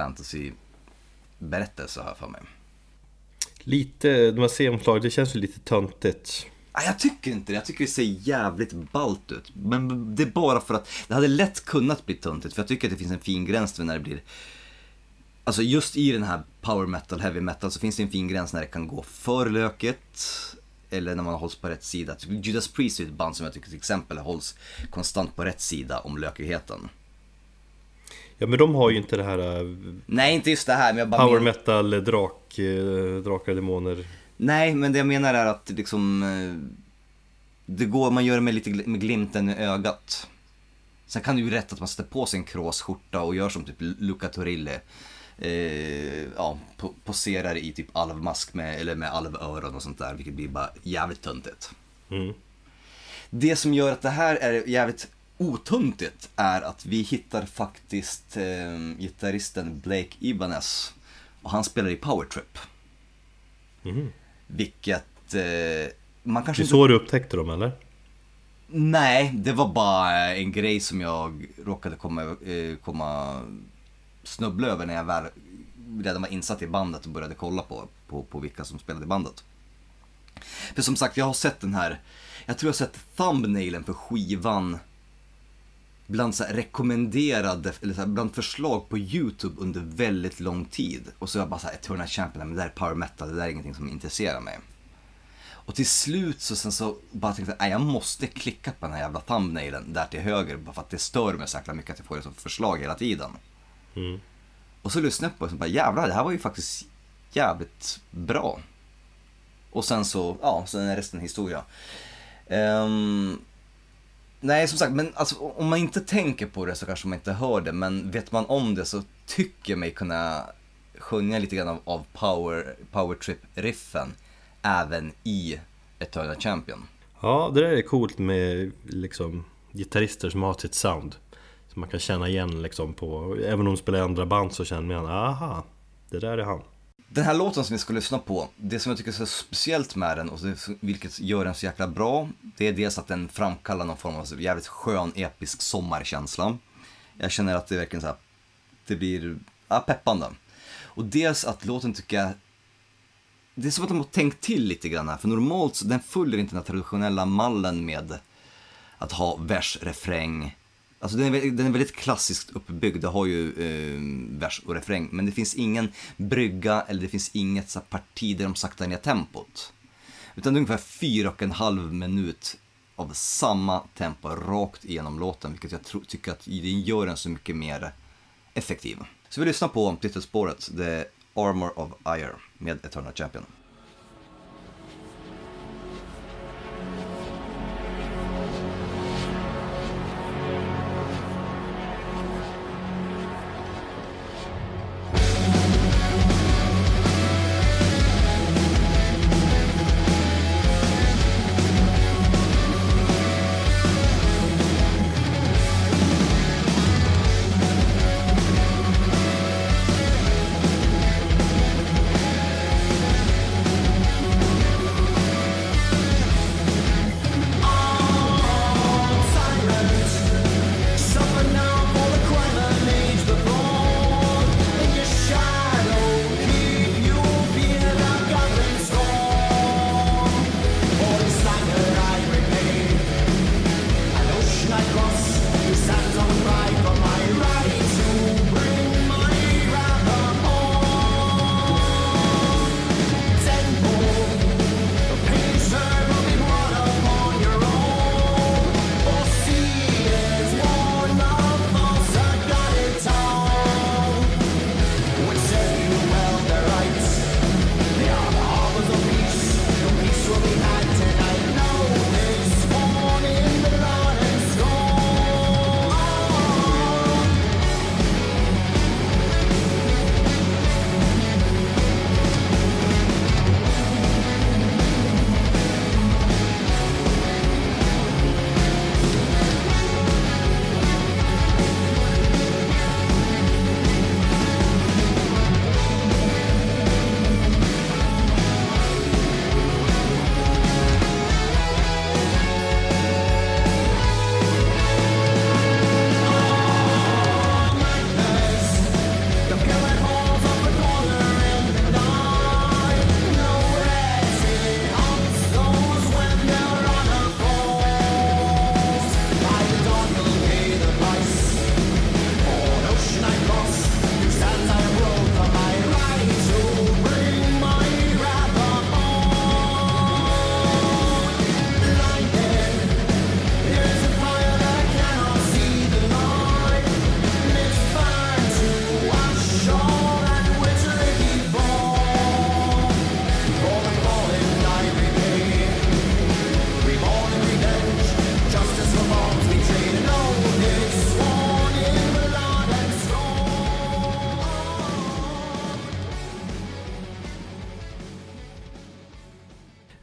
fantasyberättelse här för mig. Lite, när man ser omslag, det känns ju lite töntigt. Nej, jag tycker inte det. Jag tycker det ser jävligt ballt ut. Men det är bara för att det hade lätt kunnat bli töntigt. För jag tycker att det finns en fin gräns när det blir, alltså just i den här power metal, heavy metal, så finns det en fin gräns när det kan gå för löket eller när man hålls på rätt sida. Judas Priest är ett band som jag tycker till exempel hålls konstant på rätt sida om lökigheten. Ja, men de har ju inte det här Nej, inte just det här, men jag bara power men... metal, drak, drakar, demoner. Nej, men det jag menar är att liksom det går, man gör det med lite med glimten i ögat. Sen kan det ju rätt att man sätter på sig en kråsskjorta och gör som typ Luca Turilli. Eh, ja, poserar i typ alvmask med, eller med alvöron och sånt där, vilket blir bara jävligt töntigt. Mm. Det som gör att det här är jävligt otuntigt är att vi hittar faktiskt eh, gitarristen Blake Ibanez, och han spelar i Power Trip. Mm. Vilket eh, man kanske Du så du upptäckte dem, eller? Nej, det var bara en grej som jag råkade komma, eh, komma snubbla över när jag väl redan var insatt i bandet och började kolla på, på, på vilka som spelade i bandet. För som sagt, jag har sett den här, jag tror jag har sett thumbnailen för skivan bland så här rekommenderade, eller så här, bland förslag på YouTube under väldigt lång tid. Och så är jag bara så här, Eternal Champion, men det där är power metal, det där är ingenting som intresserar mig. Och till slut så sen så bara tänkte jag, jag måste klicka på den här jävla thumbnailen där till höger, bara för att det stör mig så jäkla mycket att jag får det som förslag hela tiden. Mm. Och så lyssnade jag på det och bara, jävlar, det här var ju faktiskt jävligt bra. Och sen så, ja, sen är resten historia. Um, nej, som sagt, men alltså, om man inte tänker på det så kanske man inte hör det, men vet man om det så tycker jag mig kunna sjunga lite grann av, av power, power trip-riffen även i Eternal Champion. Ja, det där är coolt med liksom gitarrister som har sitt sound, som man kan känna igen liksom på, även om de spelar andra band så känner man, aha, det där är han. Den här låten som vi ska lyssna på, det som jag tycker är så speciellt med den, och vilket gör den så jäkla bra, det är dels att den framkallar någon form av jävligt skön, episk sommarkänsla. Jag känner att det är verkligen så här, det blir ja, peppande. Och dels att låten tycker jag, det är som att de har tänkt till lite grann här, för normalt så den följer inte den traditionella mallen med att ha vers, refräng. Alltså den är, den är väldigt klassiskt uppbyggd, det har ju eh, vers och refräng, men det finns ingen brygga eller det finns inget så parti där de saktar ner tempot. Utan det är ungefär fyra och en halv minut av samma tempo rakt igenom låten, vilket jag tro, tycker att det gör den så mycket mer effektiv. Så vi lyssnar på titelspåret, The Armor of Ire med Eternal Champion.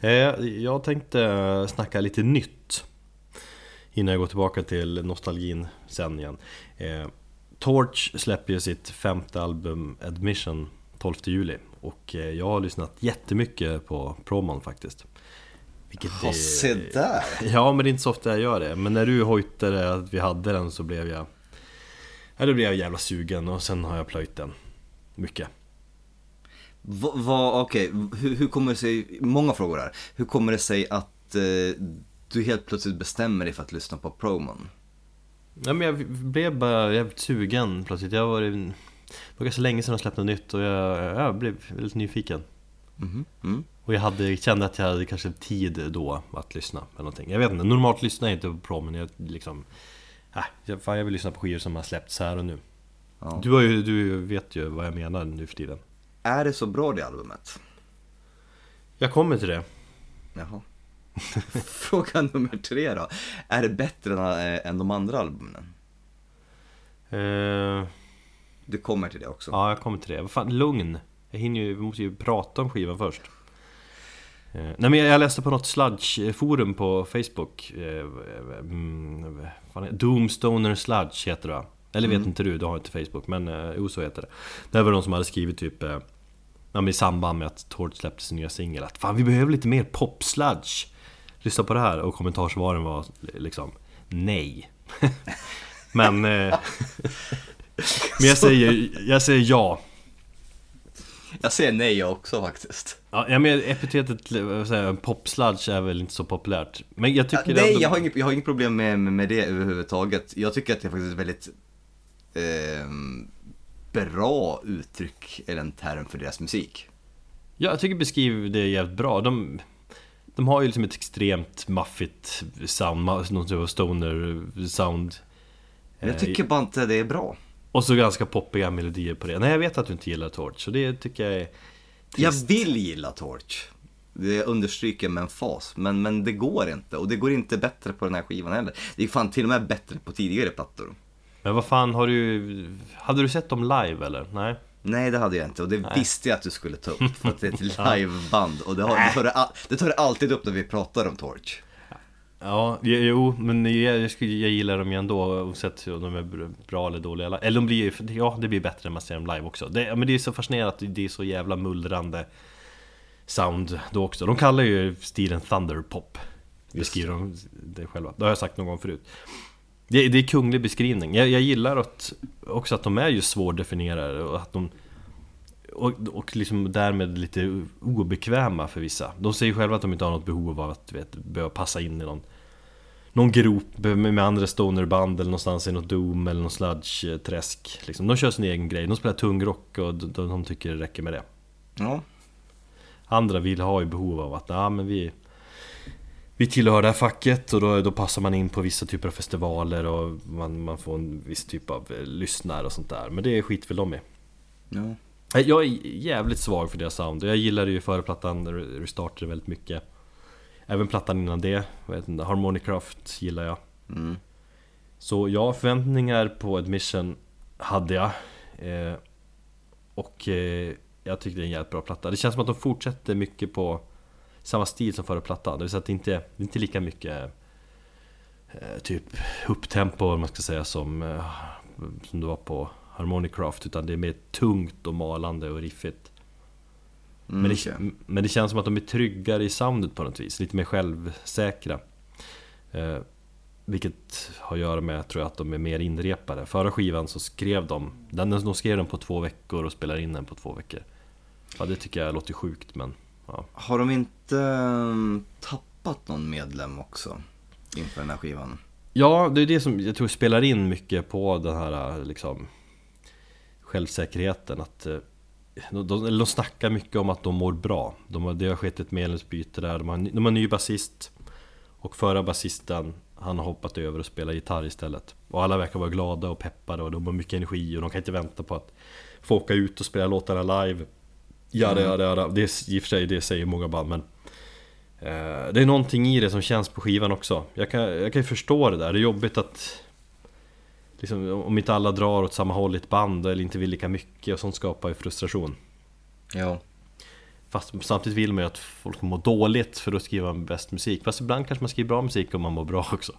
eh, Jag tänkte snacka lite nytt innan jag går tillbaka till nostalgin sen igen. eh, Torch släpper ju sitt femte album Admission tolfte juli. Och eh, jag har lyssnat jättemycket på promon faktiskt. Vilket är... se där. Ja, men det är inte så ofta jag gör det. Men när du hojtade att vi hade den så blev jag Ja, då blev jag jävla sugen och sen har jag plöjt den mycket. Va, va, Okej, okay. hur, hur kommer det sig, många frågor här. Hur kommer det sig att eh, du helt plötsligt bestämmer dig för att lyssna på promon? Ja, men jag blev bara jävligt sugen plötsligt. Jag var, det var ganska länge sedan jag släppte något nytt och jag, jag blev väldigt nyfiken. Mm-hmm. Mm. Och jag hade, kände att jag hade kanske tid då att lyssna eller någonting. Jag vet inte, normalt lyssnar jag inte på promon. Jag liksom... Äh, jag, fan, jag vill lyssna på skivor som har släppts här och nu. Ja. Du, har ju, du vet ju vad jag menar nu för tiden. Är det så bra det albumet? Jag kommer till det. Jaha. Fråga nummer tre då. Är det bättre än, än de andra albumen? Uh, du kommer till det också. Ja, jag kommer till det. Vad fan, lugn. Jag hinner ju, vi måste ju prata om skivan först. Uh, nej, men jag läste på något sludge-forum på Facebook. Uh, um, Doomstoner Sludge heter det. Eller vet mm. inte du, du har inte Facebook. Men uh, jo, så heter det. Det var de som hade skrivit typ uh, i samband med att Torch släppte sin nya singel att fan, vi behöver lite mer pop-sludge. Lyssna på det här. Och kommentarsvaren var liksom nej. men uh, Men jag säger, jag säger ja. Jag säger nej jag också faktiskt. Ja, jag menar, epitetet pop-sludge är väl inte så populärt. Men jag tycker ja, nej, de... jag, har inget, jag har inget problem med, med det överhuvudtaget. Jag tycker att det är faktiskt väldigt eh, bra uttryck eller en term för deras musik. Ja, jag tycker beskriver det jävligt bra. De, de har ju liksom ett extremt maffigt sound, någon typ av stoner sound. Men jag tycker bara inte det är bra. Och så ganska poppiga melodier på det. Nej, jag vet att du inte gillar Torch, så det tycker jag är trist. Jag vill gilla Torch. Det understryker med en fas. Men, men det går inte. Och det går inte bättre på den här skivan heller. Det är fan till och med bättre på tidigare plattor. Men vad fan, har du... Hade du sett dem live eller? Nej. Nej, det hade jag inte. Och det Nej. visste jag att du skulle ta upp. För att det är ett liveband. Och det, har, det, tar det, det tar det alltid upp när vi pratar om Torch. Ja, jo, men jag, jag, skulle, jag gillar dem ju ändå oavsett om de är bra eller dåliga. Eller de blir, ja, det blir bättre när man ser dem live också. Det, men det är så fascinerande att det är så jävla mullrande sound då också. De kallar ju stilen thunderpop. Beskriver de det själva. Det har jag sagt någon gång förut. Det, det är kunglig beskrivning. Jag, jag gillar att, också att de är ju svårdefinierade och att de och, och liksom därmed lite obekväma för vissa. De säger själva att de inte har något behov av att vet, behöva passa in i någon någon grop med andra stonerband eller någonstans i något doom eller någon sludge-träsk liksom. De kör sin egen grej, de spelar tung rock och de, de tycker det räcker med det. Ja. Andra vill ha ju behov av att ja, men vi vi tillhör det här facket och då, då passar man in på vissa typer av festivaler och man, man får en viss typ av eh, lyssnare och sånt där. Men det är skit för dem i. Ja. Jag är jävligt svag för deras sound. Jag gillade ju före plattan Restarted väldigt mycket. Även plattan innan det, vet inte, Harmonicraft gillar jag. Mm. Så ja, förväntningar på Admission hade jag. eh, Och eh, jag tyckte det är en jävligt bra platta. Det känns som att de fortsätter mycket på samma stil som förra plattan. Det vill säga att det inte, det inte är lika mycket eh, typ upptempo, om man ska säga, som, eh, som det var på Harmonicraft, utan det är mer tungt och malande och riffigt. Mm, men, det, okay. men det känns som att de är tryggare i soundet på något vis, lite mer självsäkra. eh, Vilket har att göra med, tror jag, att de är mer inrepade. Förra skivan så skrev de den, de skrev den på två veckor och spelar in den på två veckor. Ja, det tycker jag låter sjukt, men ja. Har de inte um, tappat någon medlem också inför den här skivan? Ja, det är det som jag tror spelar in mycket på den här liksom självsäkerheten, att de, de, de snackar mycket om att de mår bra. De har, det har skett ett medlemsbyte där. De har, de har en ny basist, och förra basisten, han har hoppat över och spelar gitarr istället. Och alla verkar vara glada och peppade och de har mycket energi och de kan inte vänta på att få åka ut och spela låtarna live. Ja, det, ja, det, ja, det är i och för sig, det säger många band, men eh, det är någonting i det som känns på skivan också. Jag kan, jag kan ju förstå det där. Det är jobbigt att liksom, om inte alla drar åt samma håll i ett band eller inte vill lika mycket, och sånt skapar ju frustration. Ja. Fast samtidigt vill man ju att folk mår dåligt för att skriva bäst musik. Fast ibland kanske man skriver bra musik om man mår bra också.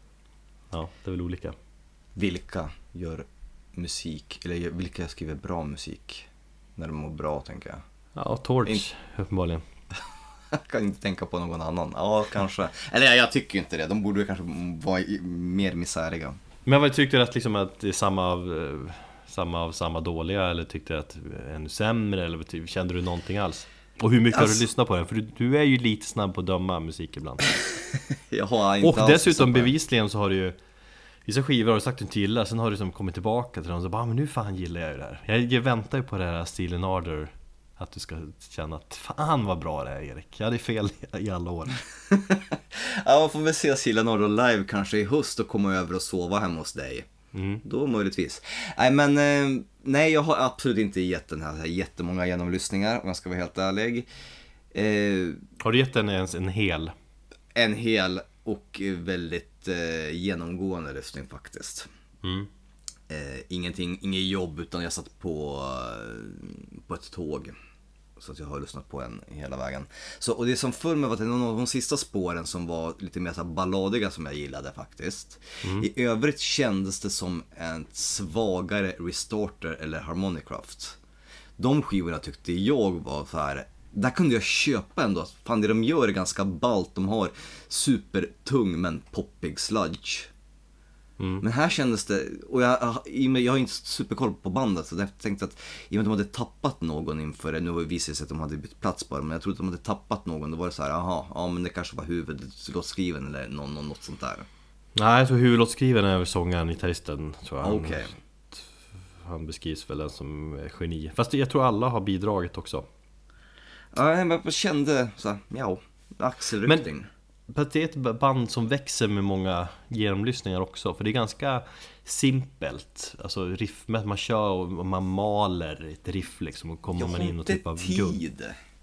Ja, det är väl olika. Vilka gör musik, eller vilka skriver bra musik när de mår bra, tänker jag? Ja, Torch, In... uppenbarligen. Jag kan inte tänka på någon annan. Ja, kanske. Eller jag tycker inte det. De borde kanske vara mer misäriga. Men vad tyckte du att, liksom, att det är samma av, samma av samma dåliga? Eller tyckte du att ännu sämre? Eller kände du någonting alls? Och hur mycket alltså... har du lyssnat på den? För du, du är ju lite snabb på att döma musik ibland. Jag har inte och dessutom bevisligen så har du ju vissa skivor har du sagt att du inte gillar. Sen har du liksom kommit tillbaka till dem och så bara, men nu fan gillar jag ju det här. Jag, jag väntar ju på det här Steel and Ardor. Att du ska känna att fan vad bra det är, Erik. Jag hade fel i alla år. Ja, man får väl se Steel and Ardor live kanske i höst och komma över och sova hemma hos dig. Mm. Då möjligtvis. Nej, men eh, nej, jag har absolut inte gett den här, här jättemånga genomlyssningar, om jag ska vara helt ärlig. Eh, har du gett den ens en hel? En hel och väldigt eh, genomgående lyssning faktiskt. Mm. Eh, ingenting, inget jobb, utan jag satt på, eh, på ett tåg. Så att jag har lyssnat på en hela vägen. Så, och det som för mig var att någon av de sista spåren som var lite mer så här balladiga som jag gillade faktiskt. Mm. I övrigt kändes det som en svagare Restarter eller Harmonicraft. De skivorna tyckte jag var så här. Där kunde jag köpa ändå. Fan, det de gör är ganska ballt. De har supertung men poppig sludge. Mm. Men här kändes det, och jag, jag har inte superkoll på bandet, så jag tänkte att i och med att de hade tappat någon inför det, nu visade det sig att de hade bytt plats bara, men jag trodde att de hade tappat någon, då var det så här, aha, ja men det kanske var huvudlåtskriven eller någon, någon, något sånt där. Nej, jag tror huvudlåtskriven är sångaren, gitarristen, tror jag. Okay. Han, han beskrivs väl som geni, fast jag tror alla har bidragit också. Ja, men jag kände så här, ja, axelryckning. Men det är ett band som växer med många genomlyssningar också. För det är ganska simpelt. Alltså riff med att man kör och man maler ett riff liksom. Och kommer man in och typ av tid.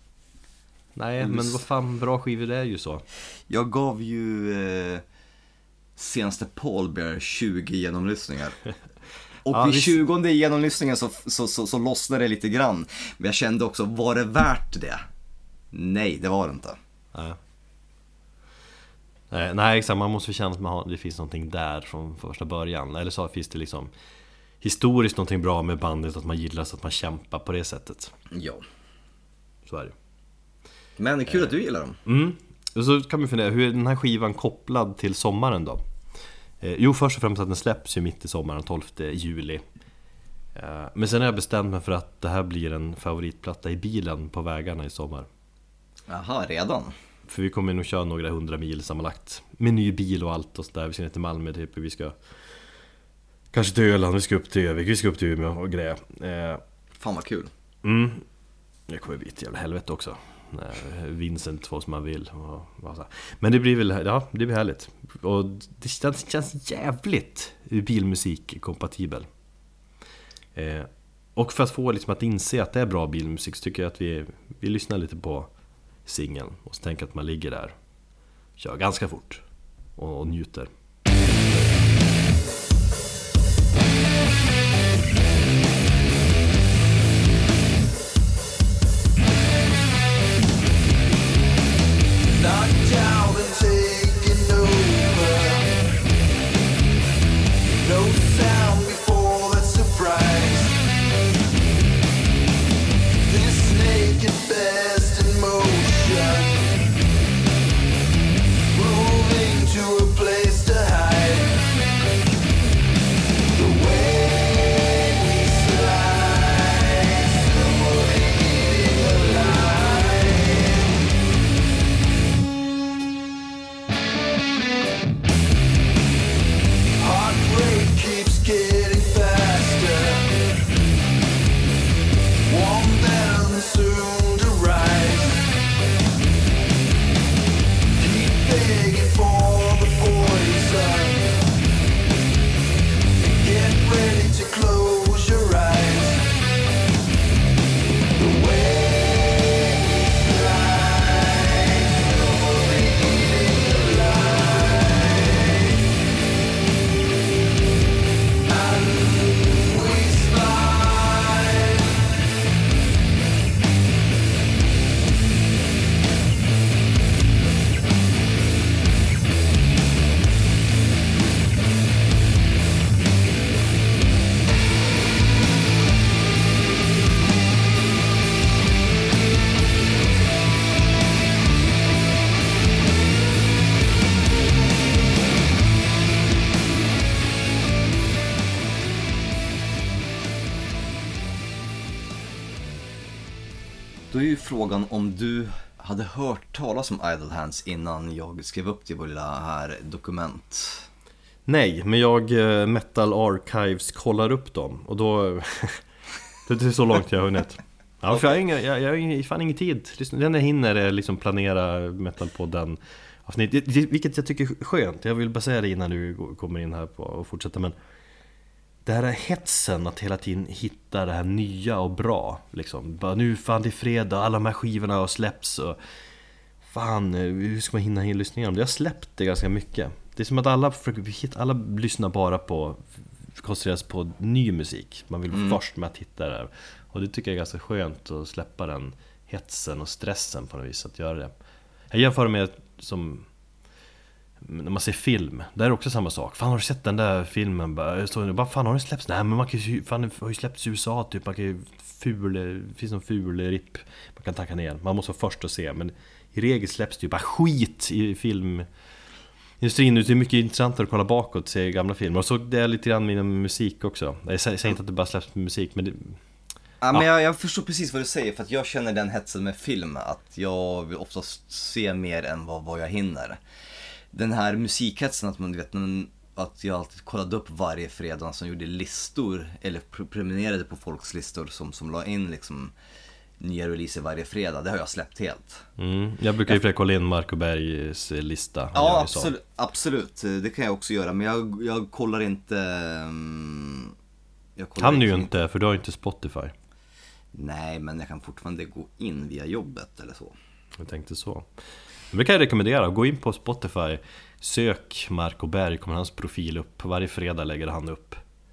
Nej, men, men vad fan, bra skivor det är ju så. Jag gav ju eh, senaste Paul Bear tjugo genomlyssningar. Och ja, vid tjugonde genomlyssningen så, så, så, så lossnade det lite grann. Men jag kände också, var det värt det? Nej, det var det inte. Nej. Nej, nej exakt, man måste känna att man har, det finns någonting där från första början. Eller så finns det liksom historiskt någonting bra med bandet, att man gillar så att man kämpar på det sättet. Ja. Så är det. Men det är kul eh. att du gillar dem. Mm. Och så kan vi fundera, hur är den här skivan kopplad till sommaren då? Eh, jo, först och främst att den släpps ju mitt i sommaren, tolfte juli. eh, Men sen har jag bestämt mig för att det här blir en favoritplatta i bilen på vägarna i sommar. Jaha, redan? För vi kommer nog köra några hundra mil sammanlagt med ny bil och allt och så där. Vi ska ner till Malmö typ, vi ska kanske till Öland, vi ska upp till Övik, vi ska upp till Umeå och grejer. eh, Fan vad kul. Mm. Jag kommer bli ett jävla helvete också. Vincent får som man vill och, och men det blir väl, ja, det blir härligt. Och det känns, känns jävligt bilmusik kompatibel. eh, Och för att få liksom att inse att det är bra bilmusik så tycker jag att vi, vi lyssnar lite på singeln och så tänker att man ligger där, kör ganska fort och, och njuter. Moving to a place to Då är ju frågan om du hade hört talas om Idle Hands innan jag skrev upp till vår lilla här dokument. Nej, men jag eh, Metal Archives kollar upp dem. Och då... det är så långt jag har hunnit. Ja, okay. för jag har ingen, jag, jag har ingen, fan ingen tid. Den jag hinner är liksom planera Metalpodden avsnitt, vilket jag tycker är skönt. Jag vill bara säga det innan du kommer in här på och fortsätta. Men det här är hetsen att hela tiden hitta det här nya och bra liksom. Bara nu fan det är fredag, alla de här skivorna har släppts och fan, hur ska man hinna in lyssningar om det? Jag har släppt det ganska mycket. Det är som att alla, alla lyssnar bara på, koncentreras på ny musik. Man vill mm. först med att hitta det här. Och det tycker jag är ganska skönt att släppa den hetsen och stressen på något vis att göra det. Jag jämför med som när man ser film, där är det också samma sak. Fan, har du sett den där filmen? Bara, så, bara fan, har den släppts? Nej, men man kan ju, fan, har ju släppts i U S A typ. Man kan ju ful, det finns någon ful ripp man kan tacka ner. Man måste vara först att se, men i regel släpps det ju bara skit i film. Industrin, det är mycket intressantare att kolla bakåt och se gamla filmer. Och så det är lite grann med musik också. Jag säger inte att det bara släpps med musik, men det, ja, men jag, jag förstår precis vad du säger, för att jag känner den hetsen med film, att jag vill oftast se mer än vad, vad jag hinner. Den här musikhetsen, att man vet att jag alltid kollade upp varje fredag som gjorde listor, eller prenumererade på folks listor som, som la in liksom nya releaser varje fredag, det har jag släppt helt. Mm, jag brukar ju jag... kolla in Marco Bergs lista. Ja, absolut, absolut, det kan jag också göra, men jag, jag kollar inte... Jag kollar kan du ju inte, för du har ju inte Spotify. Nej, men jag kan fortfarande gå in via jobbet eller så. Jag tänkte så. Det kan jag rekommendera, gå in på Spotify, sök Marco Berg, kommer hans profil upp. Varje fredag lägger han upp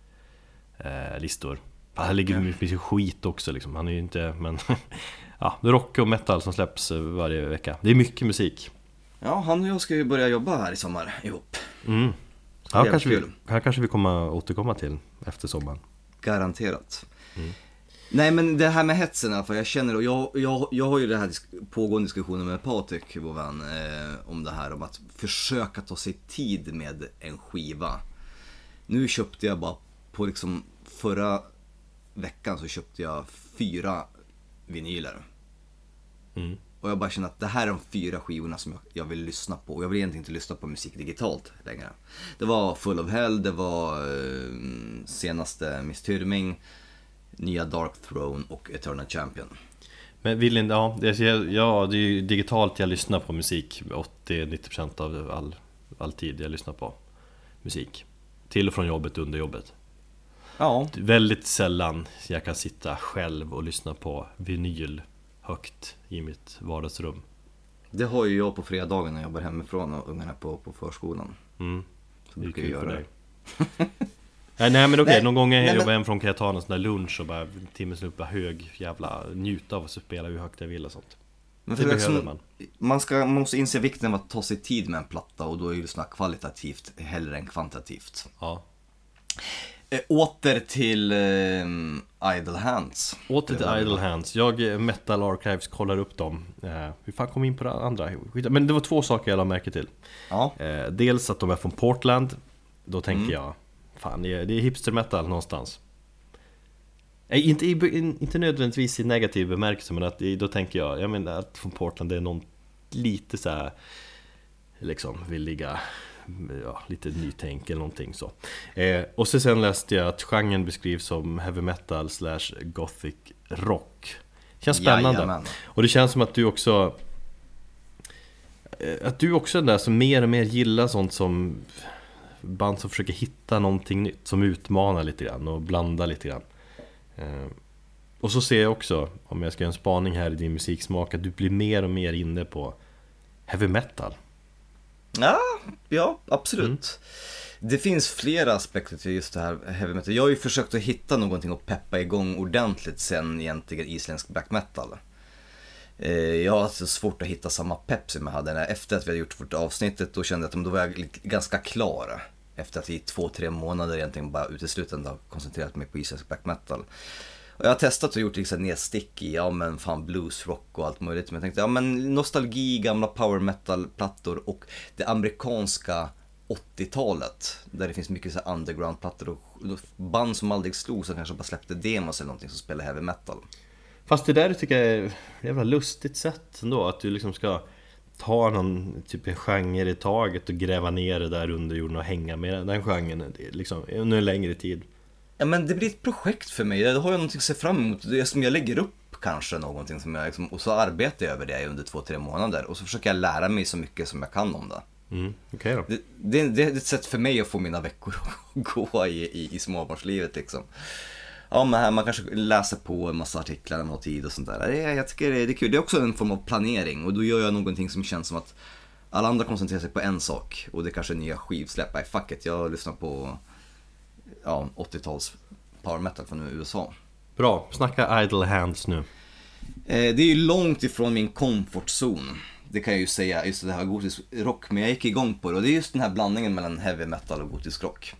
eh, listor. Han ligger med mycket skit också liksom. Han är ju inte, men ja, det är rock och metal som släpps varje vecka. Det är mycket musik. Ja, han och jag ska ju börja jobba här i sommar ihop. Mm. Ja, kanske vi, här kanske vi kommer återkomma till efter sommaren. Garanterat. Mm. Nej, men det här med hetsen, alltså, jag känner, och jag, jag, jag har ju det här disk- pågående diskussionen med Patrik, vår vän, eh, om det här om att försöka ta sig tid med en skiva. Nu köpte jag bara på liksom förra veckan så köpte jag fyra vinyler. Mm. Och jag bara känner att det här är de fyra skivorna som jag, jag vill lyssna på. Och jag vill egentligen inte lyssna på musik digitalt längre. Det var Full of Hell, det var eh, senaste Miss Tyrming, nya Dark Throne och Eternal Champion. Men vill inte, ja, det är, ja, det är ju digitalt jag lyssnar på musik. åttio till nittio procent av all, all tid jag lyssnar på musik. Till och från jobbet, under jobbet. Ja. Väldigt sällan jag kan sitta själv och lyssna på vinyl högt i mitt vardagsrum. Det har ju jag på fredagen när jag jobbar hemifrån och ungarna på, på förskolan. Mm. Så brukar jag göra det. Nej, nej men okej, okay. Någon gång jag nej, jobbar men... hem från kan jag ta en sån där lunch och bara timmen slut på hög jävla njuta av att spela hur högt jag vill och sånt. Men det behöver liksom, man. Man, ska, man måste inse vikten av att ta sig tid med en platta, och då är ju lyssna kvalitativt hellre än kvantitativt. Ja. Äh, åter till äh, Idle Hands. Åter till Idle Hands. Jag, Metal Archives, kollar upp dem. Eh, hur fan kom in på det andra? Men det var två saker jag la märke till. Ja. Eh, dels att de är från Portland. Då tänker mm. jag fan, det är, det är hipster metal någonstans. Eh, inte, inte nödvändigtvis i negativ bemärkelse, men att, då tänker jag, jag menar att från Portland det är någon lite så här, liksom vill ligga, ja, lite nytänk eller någonting så. Eh, och så sen läste jag att genren beskrivs som heavy metal slash gothic rock. Känns spännande. Jajamän. Och det känns som att du också att du också är den där som mer och mer gillar sånt som band som försöker hitta någonting nytt, som utmanar lite grann och blandar lite grann. Eh, och så ser jag också, om jag ska göra en spaning här i din musiksmak, att du blir mer och mer inne på heavy metal. Ja, ja, absolut. Mm. Det finns flera aspekter till just det här heavy metal. Jag har ju försökt att hitta någonting att peppa igång ordentligt sen egentligen isländsk black metal. Jag har alltså svårt att hitta samma pepp som jag hade efter att vi hade gjort vårt avsnittet. Då kände jag att då var jag ganska klar efter att i två, tre månader egentligen bara uteslutande har koncentrerat mig på isländsk black metal. Och jag har testat och gjort liksom nedstick i, ja men fan, blues, rock och allt möjligt. Men jag tänkte, ja men nostalgi, gamla power metal-plattor och det amerikanska åttiotalet. Där det finns mycket så här underground-plattor och band som aldrig slog, som kanske bara släppte demos eller någonting som spelar heavy metal. Fast det där tycker jag är ett jävla lustigt sätt ändå. Att du liksom ska ta någon typ en genre i taget och gräva ner det där under jorden och hänga med den genren liksom, under en längre tid. Ja, men det blir ett projekt för mig. Då har jag någonting att se fram emot. Det är som jag lägger upp kanske någonting som jag liksom, och så arbetar jag över det under två, tre månader. Och så försöker jag lära mig så mycket som jag kan om det. Mm, okay då. Det, det, det är ett sätt för mig att få mina veckor att gå i, i, i småbarnslivet liksom. Ja, men här, man kanske läser på en massa artiklar om tid och sånt där. Det, jag tycker det, det är kul. Det är också en form av planering. Och då gör jag någonting som känns som att alla andra koncentrerar sig på en sak. Och det är kanske nya skivsläpp. Nej, fuck it. Jag lyssnar på ja, åttio-tals power metal från U S A. Bra, snacka Idle Hands nu. Eh, det är ju långt ifrån min comfortzon. Det kan jag ju säga, just det här gotisk rock. Men jag gick igång på det. Och det är just den här blandningen mellan heavy metal och gotisk rock.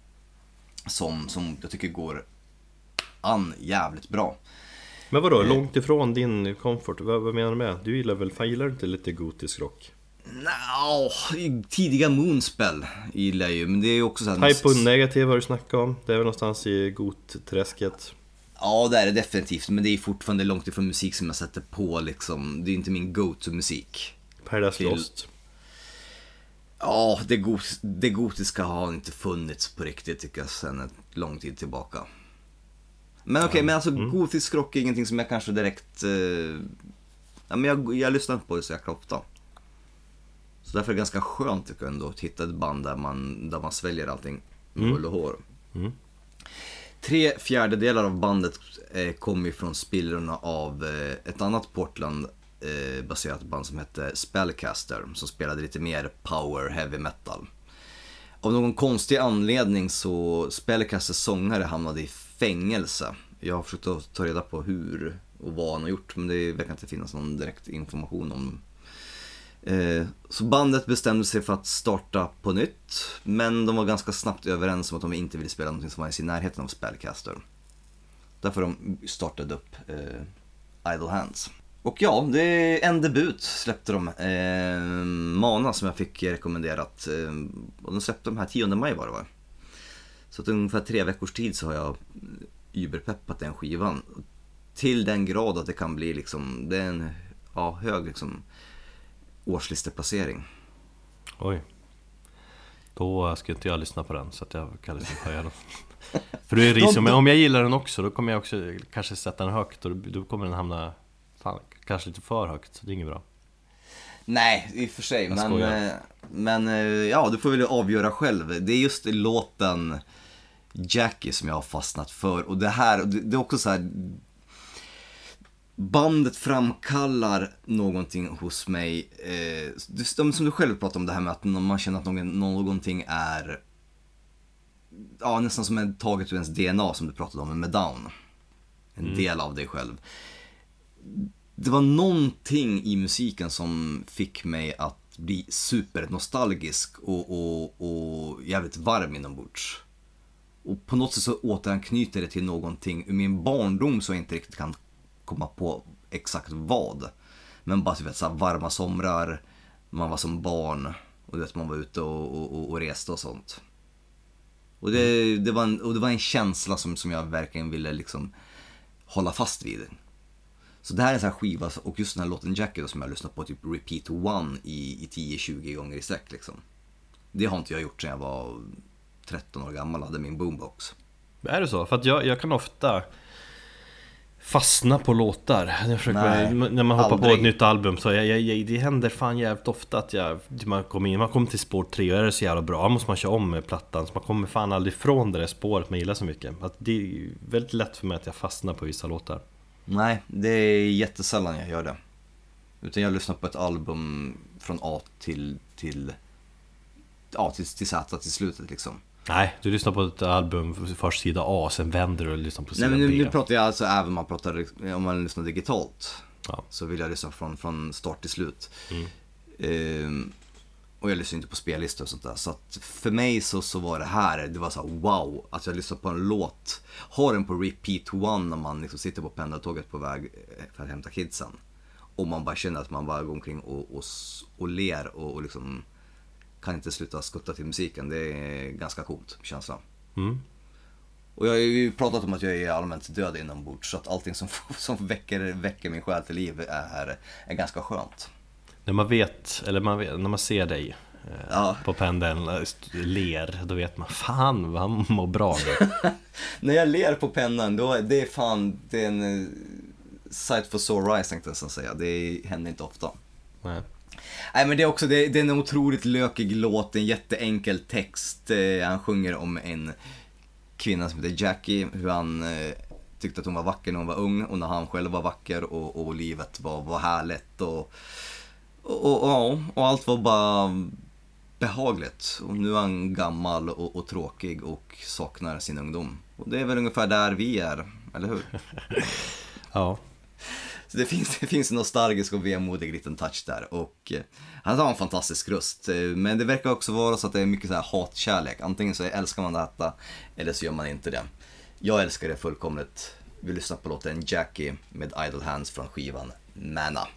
Som, som jag tycker går an jävligt bra. Men vadå, eh. långt ifrån din comfort? Vad, vad menar du med? Du gillar väl, fan gillar du inte lite gotisk rock? Nå, tidiga Moonspell gillar jag ju, men det är ju också så här... Type och negativ har du snackat om. Det är väl någonstans i gotträsket. Ja, det är det definitivt, men det är fortfarande långt ifrån musik som jag sätter på liksom. Det är inte min go-to-musik. Paradise Till... Lost. Ja, det, got- det gotiska har inte funnits på riktigt tycker jag sen en lång tid tillbaka. Men okej, okay, men alltså mm. gotisk rock är ingenting som jag kanske direkt eh... ja, men jag, jag lyssnar på det så jäkla ofta. Så därför är det ganska skönt tycker jag ändå att hitta ett band där man, där man sväljer allting med hull och hår. Mm. Tre fjärdedelar av bandet eh, kommer från spillrorna av eh, ett annat Portland eh, baserat band som hette Spellcaster, som spelade lite mer power heavy metal. Av någon konstig anledning så Spellcasters sångare hamnade i fängelse. Jag har försökt att ta reda på hur och vad han har gjort, men det verkar inte finnas någon direkt information om. Eh, så bandet bestämde sig för att starta på nytt, men de var ganska snabbt överens om att de inte ville spela någonting som var i sin närheten av Spellcaster. Därför de startade upp eh, Idle Hands. Och ja, det är en debut släppte de, eh, Mana, som jag fick rekommenderat. Eh, och de släppte de här tionde maj var det va? Så att ungefär tre veckors tid så har jag überpeppat den skivan. Till den grad att det kan bli liksom, det är en ja, hög liksom årslisteplacering. Oj. Då ska inte jag lyssna på den, så att jag kan liksom höja den. För det är ris, men om jag gillar den också, då kommer jag också kanske sätta den högt, och då kommer den hamna fan, kanske lite för högt, så det är inget bra. Nej, i och för sig, men, men ja, du får väl avgöra själv. Det är just låten Jackie som jag har fastnat för, och det här, det är också så här, bandet framkallar någonting hos mig, eh, som du själv pratade om, det här med att man känner att någon, någonting är ja, nästan som en taget ur ens D N A, som du pratade om med Down. En mm. del av dig själv. Det var någonting i musiken som fick mig att bli supernostalgisk och, och, och jävligt varm inombords. Och på något sätt så återanknyter det till någonting ur min barndom så jag inte riktigt kan komma på exakt vad. Men bara vet, så här, varma somrar, man var som barn och vet, man var ute och, och, och reste och sånt. Och det, det, var, en, och det var en känsla som, som jag verkligen ville liksom hålla fast vid. Så det här är en sån här skiva, och just den här låten Jackie då, som jag har lyssnat på typ repeat one i, i tio tjugo gånger i sträck liksom. Det har inte jag gjort sedan jag var tretton år gammal och hade min boombox. Är det så? För att jag, jag kan ofta fastna på låtar. Jag försöker, Nej, när man hoppar aldrig. på ett nytt album så jag, jag, jag, det händer fan jävligt ofta att jag, man kommer in, man kommer till spår tre och är det så jävla bra, måste man köra om med plattan, så man kommer fan aldrig ifrån det där spåret man gillar så mycket. Att det är väldigt lätt för mig att jag fastnar på vissa låtar. Nej, det är jättesällan jag gör det. Utan jag lyssnar på ett album från A till till ja, till, till Z till slutet liksom. Nej, du lyssnar på ett album först sida A, sen vänder du och lyssnar på sida Nej, men nu, B. nu pratar jag alltså även om man pratar, om man lyssnar digitalt. Ja. Så vill jag lyssna från, från start till slut. Mm. Ehm, och jag lyssnar inte på spellistor och sånt där. Så att för mig så, så var det här, det var så här, wow, att jag lyssnar på en låt, har den på repeat one när man liksom sitter på pendeltåget på väg för att hämta kidsen. Och man bara känner att man bara går omkring och, och, och ler och, och liksom kan inte sluta skutta till musiken. Det är ganska coolt känsla. Mm. Och jag har ju pratat om att jag är allmänt död inombords, så att allting som, som väcker, väcker min själ till liv är, är ganska skönt. När man vet, eller man vet, när man ser dig eh, ja. på pendeln ler, då vet man fan vad han mår bra nu. När jag ler på pennan, då det är fan det är en sight for sore eyes, tänkte jag säga. Det händer inte ofta. Nej. Nej, men det är också det, det är en otroligt lökig låt, en jätteenkel text. Eh, han sjunger om en kvinna som heter Jackie, hur han eh, tyckte att hon var vacker när hon var ung, och när han själv var vacker, och, och livet var, var härligt och, och, och, och allt var bara behagligt. Och nu är han gammal och, och tråkig och saknar sin ungdom. Och det är väl ungefär där vi är, eller hur? Ja. Så det finns, det finns en nostalgisk och vemodig liten touch där. Och eh, han har en fantastisk röst. Eh, men det verkar också vara så att det är mycket så här hatkärlek. Antingen så älskar man detta, eller så gör man inte det. Jag älskar det fullkomligt. Vi lyssnar på låten Jackie med Idle Hands från skivan Manna.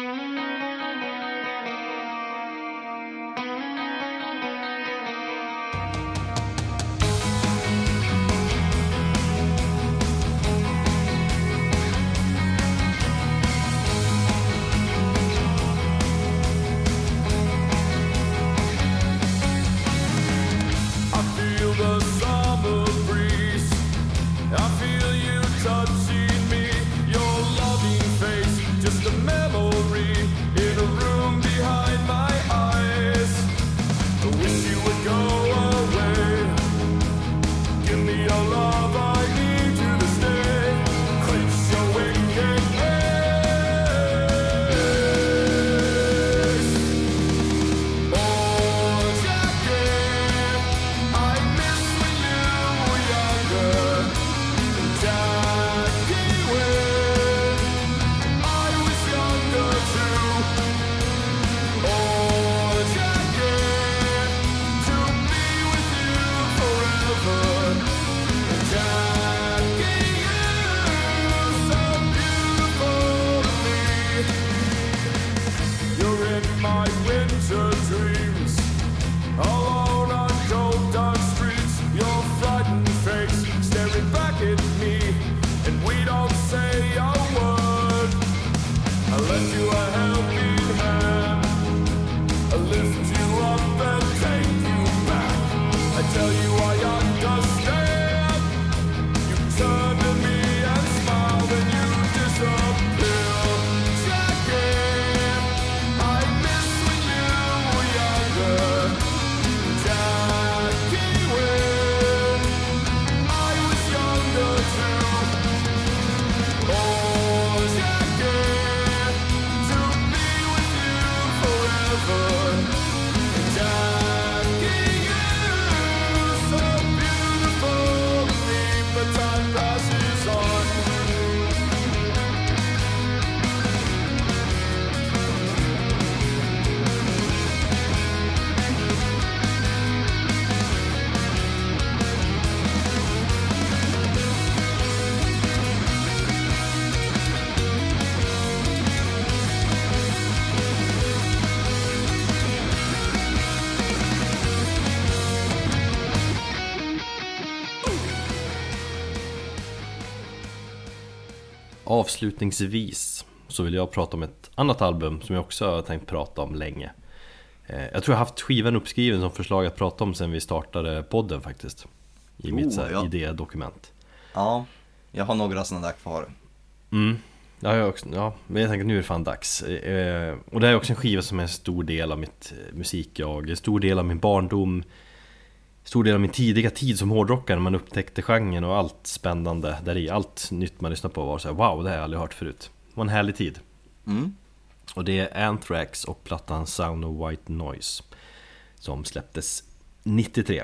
Avslutningsvis så vill jag prata om ett annat album som jag också har tänkt prata om länge. Jag tror jag har haft skivan uppskriven som förslag att prata om sen vi startade podden faktiskt. I mitt oh, ja. idédokument. Ja, jag har några sådana där kvar. Mm, ja, jag också, ja, men jag tänker nu är det fan dags. Och det är också en skiva som är en stor del av mitt musikjag, en stor del av min barndom, stor del av min tidiga tid som hårdrockare, när man upptäckte genren och allt spännande där i. Allt nytt man lyssnar på var så här, wow, det har jag aldrig hört förut. Det var en härlig tid. Mm. Och det är Anthrax och plattan Sound of White Noise som släpptes nittiotre.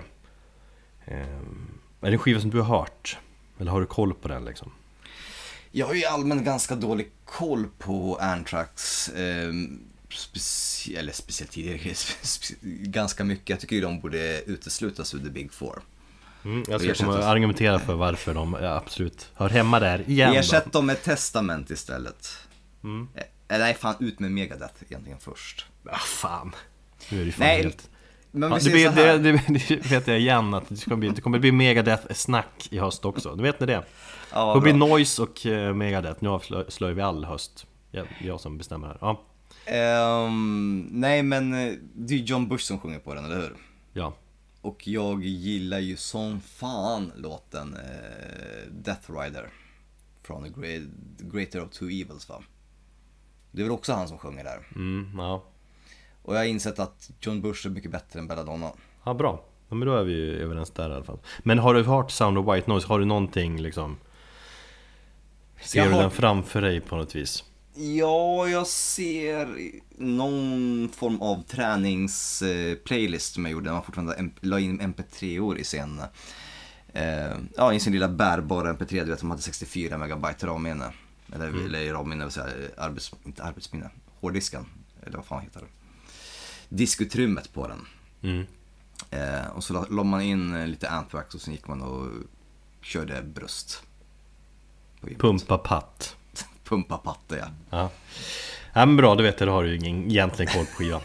Ehm, är det en skiva som du har hört? Eller har du koll på den liksom? Jag har ju allmänt ganska dålig koll på Anthrax. Ehm, speci- eller speciellt tidigare. Speci- ganska mycket. Jag tycker ju de borde uteslutas ur The Big Four. Mm, jag ska komma argumentera för varför de ja, absolut hör hemma där igen. Ersätt dem med Testament istället. Mm. Nej, fan, ut med Megadeth egentligen först. Ja, fan. Nu är det fan Nej, helt... Men ja, vi det, blir, säger så här. det, det, det vet jag igen att det kommer bli, det kommer bli Megadeth-snack i höst också. Du vet ni det? Ja, Det kommer bra. bli Noise och uh, Megadeth. Nu avslöjar vi all höst. Jag, jag som bestämmer här. Ja. Ehm, nej men eh, det är John Bush som sjunger på den, eller hur? Ja. Och jag gillar ju som fan låten eh, Death Rider från The Great, Greater of Two Evils, va? Det är väl också han som sjunger där. Mm, ja. Och jag har insett att John Bush är mycket bättre än Belladonna. Ja, bra. Ja, men då är vi ju överens där i alla fall. Men har du hört Sound of White Noise? Har du någonting liksom? Ser Jag du har- den framför dig på något vis? Ja, jag ser någon form av träningsplaylist som jag gjorde. Man fortfarande M- la in M P tre-or i sin, eh, ja, i sin lilla bärbara M P tre. Du vet, som hade sextiofyra megabyte RAM-minne. Eller, Mm. eller RAM-minne, vill säga, arbets, inte arbetsminne, hårddisken. Eller vad fan heter det? Diskutrymmet på den. Mm. Eh, och så la, la man in eh, lite Anthrax och sen gick man och körde bröst. På gymmet. Pumpa patt. Pumpa patte, ja. Ja. Ja, men bra, då vet jag, då har du ju ingen egentligen koll på skivan.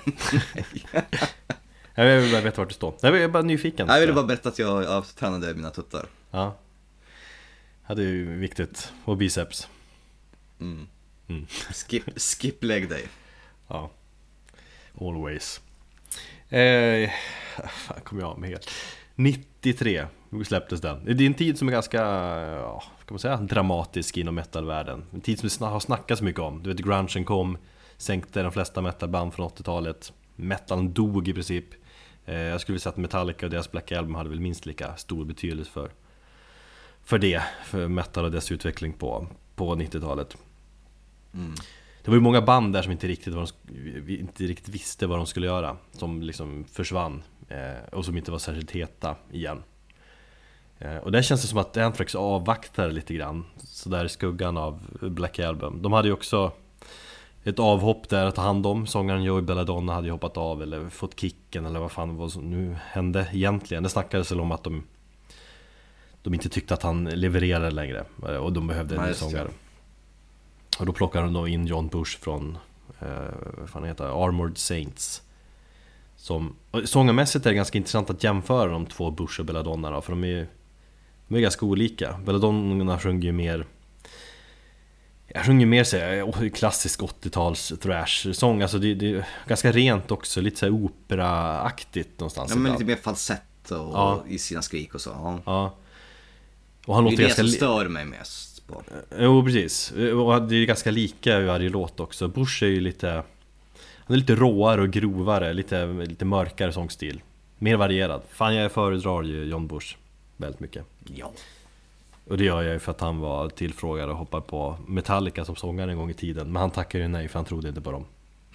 Jag vill bara veta vart du står. Jag är bara nyfiken. Jag ville bara berätta att jag, jag tränade mina tuttar. Ja. Ja, det är ju viktigt. Och biceps. Mm. Mm. Skip, skip leg day. Ja. Always. Eh, fan kom jag av mig helt. nittiotre släpptes den. Det är en tid som är ganska, ja, kan man säga, dramatisk inom metalvärlden. En tid som det har snackats mycket om. Du vet, grungen kom, sänkte de flesta metalband från åttiotalet. Metalen dog i princip. eh, Jag skulle vilja säga att Metallica och deras Black Album hade väl minst lika stor betydelse för För det, för metal och dess utveckling på, på nittiotalet. Mm. Det var ju många band där som inte riktigt, vad de, inte riktigt visste vad de skulle göra. Som liksom försvann eh, och som inte var särskilt heta igen. eh, Och där känns det som att Anthrax avvaktar lite grann, så där i skuggan av Black Album. De hade ju också ett avhopp där att ta hand om. Sångaren Joey Belladonna hade ju hoppat av eller fått kicken eller vad fan vad som nu hände egentligen. Det snackades väl om att de De inte tyckte att han levererade längre och de behövde en Ja, ny just det. sångare. Och då plockade de då in John Bush från eh, vad fan heter det? Armored Saints. Som, och sångarmässigt är det ganska intressant att jämföra de två, Bush och Belladonna då, för de är, de är ganska olika. Belladonna sjunger ju mer Jag sjunger mer så här, klassisk åttio-tals thrash-sång. Alltså det, det är ganska rent också, lite så här operaaktigt någonstans. Ja, men ibland. lite mer falsett och, Ja. i sina skrik och så. Ja. Ja. Och han Det är låter det ganska som li- stör mig mest på. Jo, precis. Och det är ganska lika i varje låt också. Bush är ju lite Han är lite råare och grovare, lite, lite mörkare sångstil. Mer varierad. Fan, jag föredrar ju John Bush väldigt mycket. Ja. Och det gör jag ju för att han var tillfrågad och hoppade på Metallica som sångare en gång i tiden. Men han tackade ju nej för han trodde inte på dem.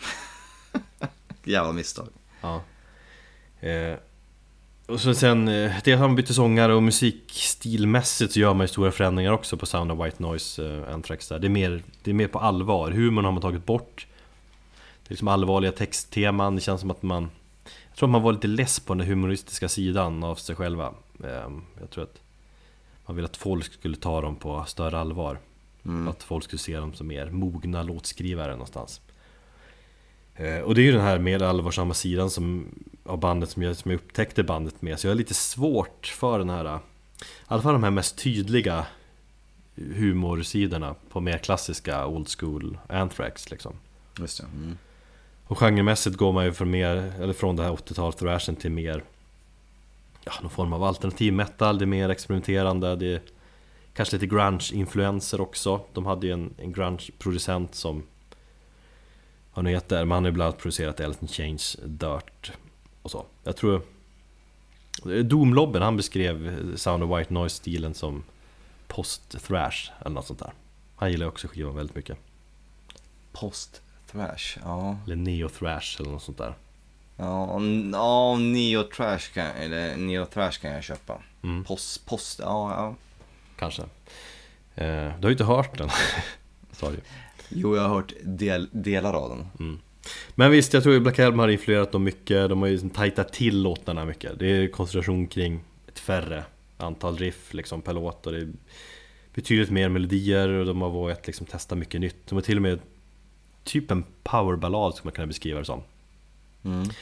Jävla misstag. Ja. Eh, och så sen, eh, det att han bytte sångare och musikstilmässigt så gör man ju stora förändringar också på Sound of White Noise, eh, Anthrax där. Det är, mer, det är mer på allvar. Humorn har man tagit bort. Det är liksom allvarliga textteman. Det känns som att man Jag tror att man var lite less på den humoristiska sidan av sig själva. eh, Jag tror att man ville att folk skulle ta dem på större allvar. Mm. Att folk skulle se dem som mer mogna låtskrivare någonstans. Eh, Och det är ju den här mer allvarsamma sidan som, av bandet som jag, som jag upptäckte bandet med. Så jag har lite svårt för den här, i alla fall de här mest tydliga humorsidorna på mer klassiska old school Anthrax liksom. Just det. Mm. Och genremässigt går man ju från, mer, eller från det här åttio-tals thrashen till mer, ja, någon form av alternativ metal. Det är mer experimenterande. Det är kanske lite grunge-influenser också. De hade ju en, en grunge-producent som har nu heter, man har ju bland annat producerat Alice in Chains, Dirt och så. Jag tror Doomlobben, han beskrev Sound of White Noise-stilen som post-thrash eller något sånt där. Han gillar också skivan väldigt mycket. Post-thrash, ja. Eller neo-thrash eller något sånt där. Ja, n- ja neo-trash kan, eller neo-thrash kan jag köpa. Mm. Post, post, ja, ja. Kanske. eh, Du har ju inte hört den. Sa du. Jo, jag har hört del, delar av den. Mm. Men visst, jag tror att Black Album har influerat dem mycket. De har ju tajtat till låtarna mycket. Det är koncentration kring ett färre antal riff liksom, per låt. Och det är betydligt mer melodier. Och de har vågat liksom, testa mycket nytt. De har till och med typ en powerballad som man kan beskriva det som. Mm.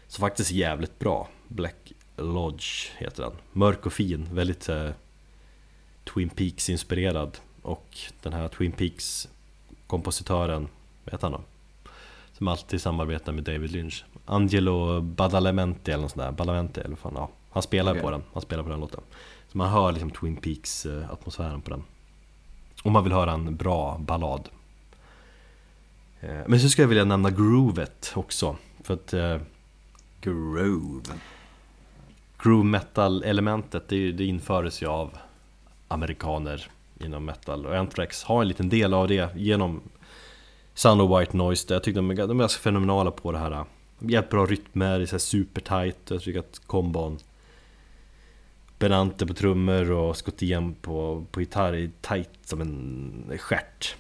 som faktiskt är jävligt bra. Black Lodge heter den. Mörk och fin, väldigt eh, Twin Peaks inspirerad. Och den här Twin Peaks kompositören, vet han då? Som alltid samarbetar med David Lynch, Angelo Badalamenti eller något sånt där. Badalamenti eller fan, ja. Han spelar okay. på den, han spelar på den låten. Så man hör liksom Twin Peaks eh, atmosfären på den. Om man vill höra en bra ballad. eh, Men så skulle jag vilja nämna groovet också. För att eh, Groove groove metal elementet, det, det infördes ju av amerikaner inom metal. Och Anthrax har en liten del av det genom Sound of White Noise. Jag tycker de är, de är ganska fenomenala på det här. Jävligt bra rytmer, det är så här super tight. Jag tycker att kombon Benante på trummor och Scott Ian på, på gitarr är tight som en stjärt.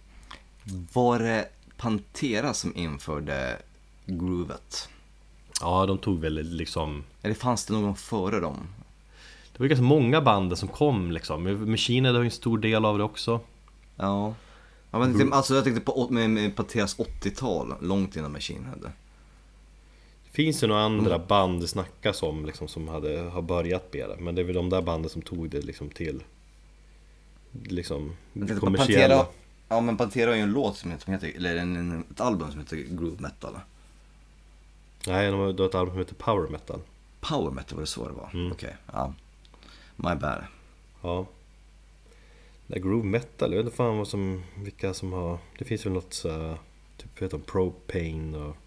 Var det Pantera som införde groovet? Ja, de tog väl liksom... Eller fanns det någon före dem? Det var ganska många band som kom liksom. Machine Head har ju en stor del av det också. Ja, ja men mm. alltså jag tänkte på med, med Panteras åttiotal, långt innan Machine Head. Finns det några andra mm. band det snackas om liksom, som hade, har börjat med det. Men det är väl de där banden som tog det liksom till liksom kommersiella. Pantera, ja men Pantera har ju en låt som heter, eller en, en, ett album som heter Groove Metal. Nej, de har ett album som heter Power Metal. Power Metal, var det så det var? Mm. Okej, okay, ja. My bad. Ja. Det är Groove Metal, jag vet inte fan vad som, vilka som har... Det finns väl något så, typ vet om Propane och...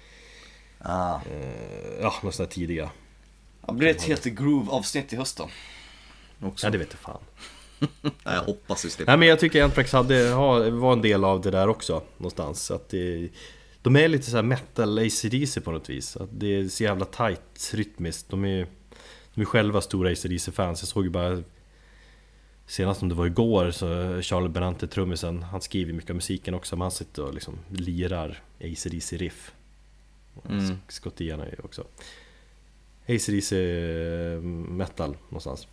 Ah. Eh, ja, något sådana tidiga. Ja, blir det ett helt Groove-avsnitt i höst då? Också. Ja, det vet jag fan. Nej, jag hoppas vi slipper. Nej, men jag tycker Anthrax hade, var en del av det där också någonstans. Att det, de är lite så här metal A C D C på något vis. Att det är så jävla tight rytmiskt. De är, de är själva stora A C D C-fans. Jag såg ju bara senast om det var igår så Charlie Benante, trummisen, han skriver mycket av musiken också. Men han sitter och liksom lirar A C D C-riff. Mm. Scott Ian är ju också A C D C metal någonstans.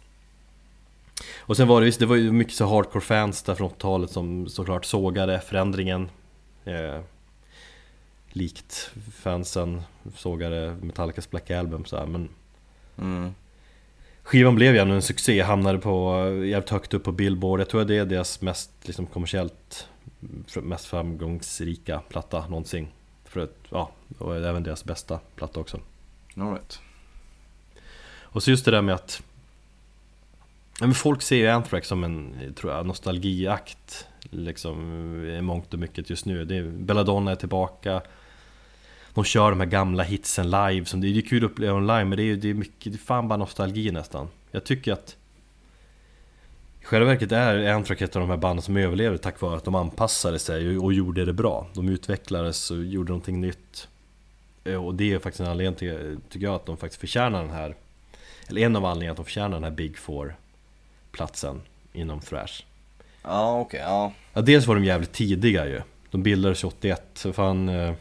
Och sen var det, det var ju mycket så hardcore fans där från åttiotalet som såklart sågade förändringen, eh, likt fansen sågade Metallicas Black Album så här, men mm. skivan blev ju ändå en succé, hamnade på jävligt högt upp på Billboard. Jag tror att det är deras mest liksom, kommersiellt mest framgångsrika platta någonsin. För att, ja, och även deras bästa platta också. All right. Och så just det där med att men folk ser ju Anthrax som en, tror jag, nostalgiakt liksom, i mångt och mycket just nu. Det är, Belladonna är tillbaka. De kör de här gamla hitsen live som, det är ju kul att uppleva online, men det är, det är mycket, det är fan bara nostalgi nästan. Jag tycker att i själva verket är Anthrax ett av de här banden som överlever tack vare att de anpassade sig och gjorde det bra. De utvecklades och gjorde någonting nytt. Och det är faktiskt en anledning till, tycker jag, att de faktiskt förtjänar den här, eller en av anledningarna att de förtjänar den här Big Four platsen inom thrash. Ja, okej, okay, ja. Ja, dels var de jävligt tidiga ju. De bildades åttioett, så fan eh,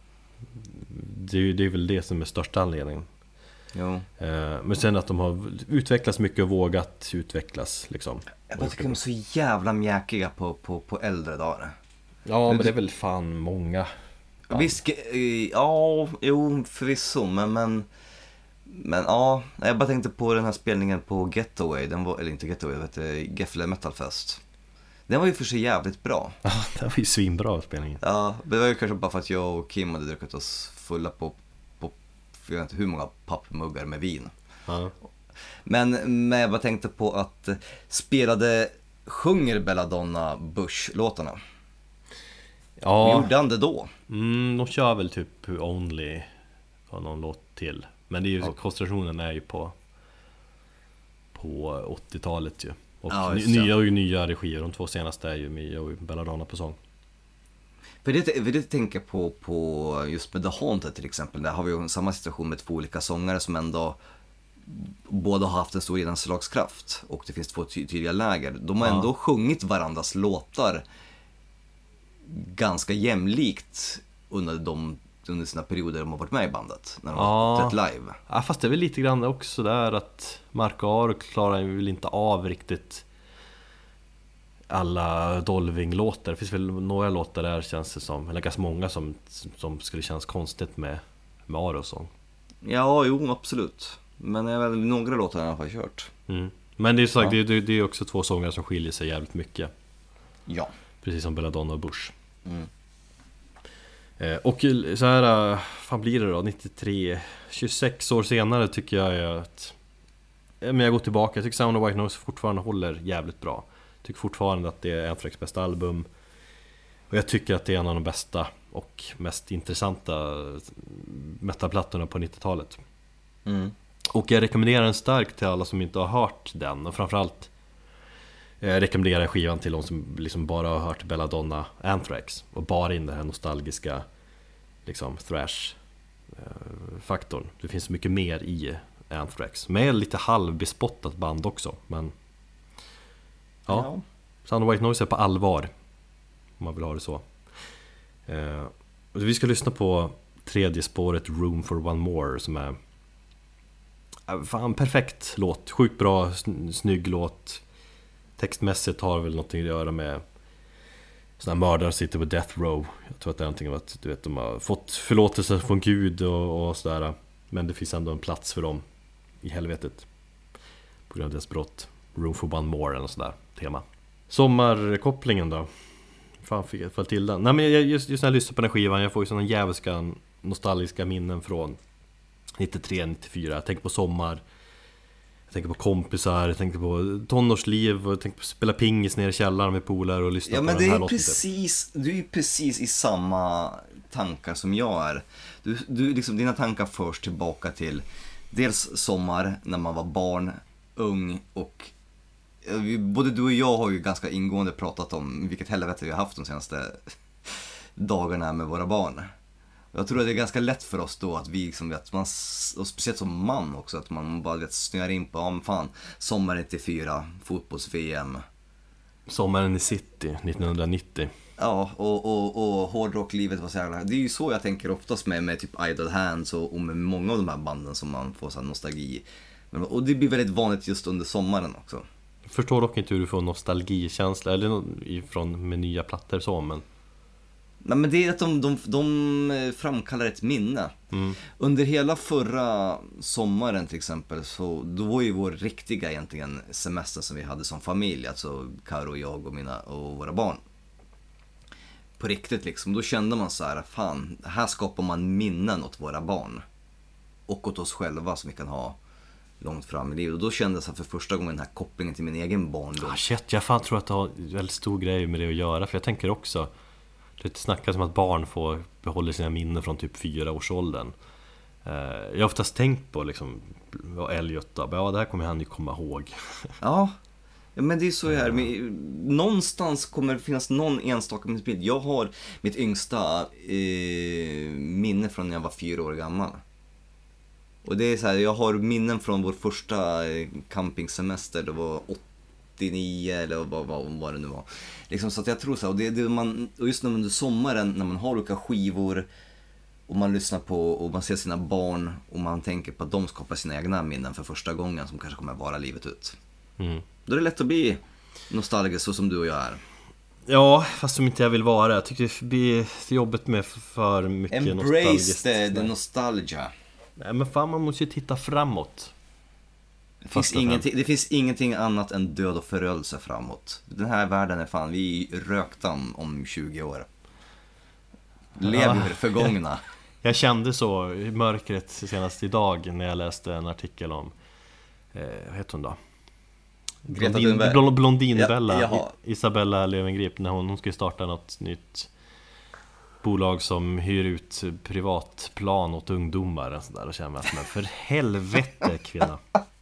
det, är, det är väl det som är största anledningen. Jo. Eh, men sen att de har utvecklats mycket och vågat utvecklas liksom. Jag bara tycker de är så jävla mjäkiga på, på, på äldre dagar. Ja, men det är väl fan många. Ja, visst, ja, jo, förvisso, men, men Men ja, jag bara tänkte på den här spelningen på Getaway, den var, eller inte Getaway, det heter Gefle Metal Fest. Den var ju för sig jävligt bra. Ja, det var ju svinbra spelningen. Ja, det var ju kanske bara för att jag och Kim hade druckit oss fulla på, på jag vet inte hur många pappmuggar med vin. Ja. Men, men jag bara tänkte på att spelade, sjunger Belladonna Bush-låtarna? Ja. Gjorde han det då? Mm, de kör väl typ Only och någon låt till. Men det är ju, ja. koncentrationen är ju på på åttiotalet ju. Och ja, nya och nya regier, de två senaste är ju Mia och Belladonna på sång. För det, för det tänker på, på just med The Haunted till exempel, där har vi ju samma situation med två olika sångare som ändå båda har haft en stor genomslagskraft och det finns två ty- tydliga läger. De har ja. ändå sjungit varandras låtar ganska jämlikt under, de, under sina perioder de har varit med i bandet, när de ja. har trätt live. Ja, fast det är väl lite grann också där att Mark Aro klarar väl inte av riktigt alla Dolving-låtar. Det finns väl några låtar där känns det som, eller ganska många som, som skulle kännas konstigt med, med Aro och sång. Ja, jo, absolut. Men jag har väl några låtar jag i alla fall kört. Mm. Men det är sagt, Ja. det, det är också två sångare som skiljer sig jävligt mycket. Ja. Precis som Belladonna och Bush. Mm. eh, Och så här, fan blir det då? nittiotre, tjugosex år senare tycker jag är att eh, men jag går tillbaka, jag tycker Sound of White Noise fortfarande håller jävligt bra. Jag tycker fortfarande att det är Anthrax bästa album. Och jag tycker att det är en av de bästa och mest intressanta metalplattorna på nittiotalet. Mm. Och jag rekommenderar den starkt till alla som inte har hört den. Och framförallt jag rekommenderar skivan till de som liksom bara har hört Belladonna, Anthrax och bara in den här nostalgiska liksom thrash-faktorn. Det finns mycket mer i Anthrax. Med lite halvbespottat band också. Men ja, Ja. Sound of White Noise är på allvar, om man vill ha det så. eh, Vi ska lyssna på tredje spåret, Room for One More, som är äh, fan perfekt låt, sjukt bra, sn- snygg låt. Textmässigt har väl någonting att göra med sådana mördare sitter på death row. Jag tror att det är någonting om att du vet, de har fått förlåtelse från Gud och, och sådär. Men det finns ändå en plats för dem i helvetet på grund av deras brott. Room for One More eller sådär tema. Sommarkopplingen då. Fan fick jag fall till den. Nej men jag, just, just när jag lyssnar på den skivan, jag får ju sådana jävliga nostalgiska minnen från nittiotre nittiofyra. Jag tänker på sommar, jag tänker på kompisar, jag tänker på tonårsliv och jag tänker på att spela pingis nere i källaren med polare och lyssna Ja, på men den det här är låten. precis, du är ju precis i samma tankar som jag är. Du, du, liksom, dina tankar förs tillbaka till dels sommar när man var barn, ung och vi, både du och jag har ju ganska ingående pratat om vilket helvete vi har haft de senaste dagarna med våra barn. Jag tror att det är ganska lätt för oss då att vi liksom vet, man, och speciellt som man också, att man bara vet, snöar in på, ja men fan, sommar nittiofyra, fotbolls-V M. Sommaren i City nittonhundranittio. Ja, och, och, och hårdrocklivet var så jävla... Det är ju så jag tänker oftast med, med typ Idle Hands och, och med många av de här banden som man får så här nostalgi. Men, och det blir väldigt vanligt just under sommaren också. Jag förstår dock inte hur du får nostalgikänsla eller nå- ifrån med nya plattor så, men Nej, men det är att de, de, de framkallar ett minne. mm. Under hela förra sommaren till exempel, så då var ju vår riktiga egentligen semester som vi hade som familj, alltså Karo och jag och, mina, och våra barn. På riktigt liksom, då kände man så här, fan, här skapar man minnen åt våra barn. Och åt oss själva som vi kan ha långt fram i livet. Och då kändes det för första gången den här kopplingen till min egen barndom. Ah, shit, jag fan tror att det har en väldigt stor grej med det att göra. För jag tänker också, det snackas om att barn får behålla sina minnen från typ fyra års åldern. eh, Jag har oftast tänkt på liksom, vad Elliot då, ja det här kommer han ju komma ihåg. Ja, ja, men det är så här. Men, någonstans kommer det finnas någon enstaka bild. Jag har mitt yngsta eh, minne från när jag var fyra år gammal. Och det är så här, jag har minnen från vår första eh, campingsemester. Det var åttionio eller vad, vad, vad det nu var. Liksom, så att jag tror så här, och, det, det man, och just under sommaren när man har olika skivor och man lyssnar på och man ser sina barn och man tänker på att de skapar sina egna minnen för första gången som kanske kommer att vara livet ut. Mm. Då är det lätt att bli nostalgisk så som du och jag är. Ja, fast som inte jag vill vara. Jag tycker det blir jobbigt med för mycket nostalgiskt. Embrace the, the nostalgia. Nej men fan, man måste ju titta framåt. Det finns, ingenting, det finns ingenting annat än död och förödelse framåt. Den här världen är fan, vi är rökta om, om tjugo år. Lever Ja. vi det förgångna. Jag kände så i mörkret senast idag när jag läste en artikel om eh, vad heter hon då? Greta Blondin, Thunberg. Blond, Blondinbella, Ja, jaha. I- Isabella Löwengrip, när hon, hon ska starta något nytt bolag som hyr ut privatplan åt ungdomar och sådär, och känner att men för helvete kvinna.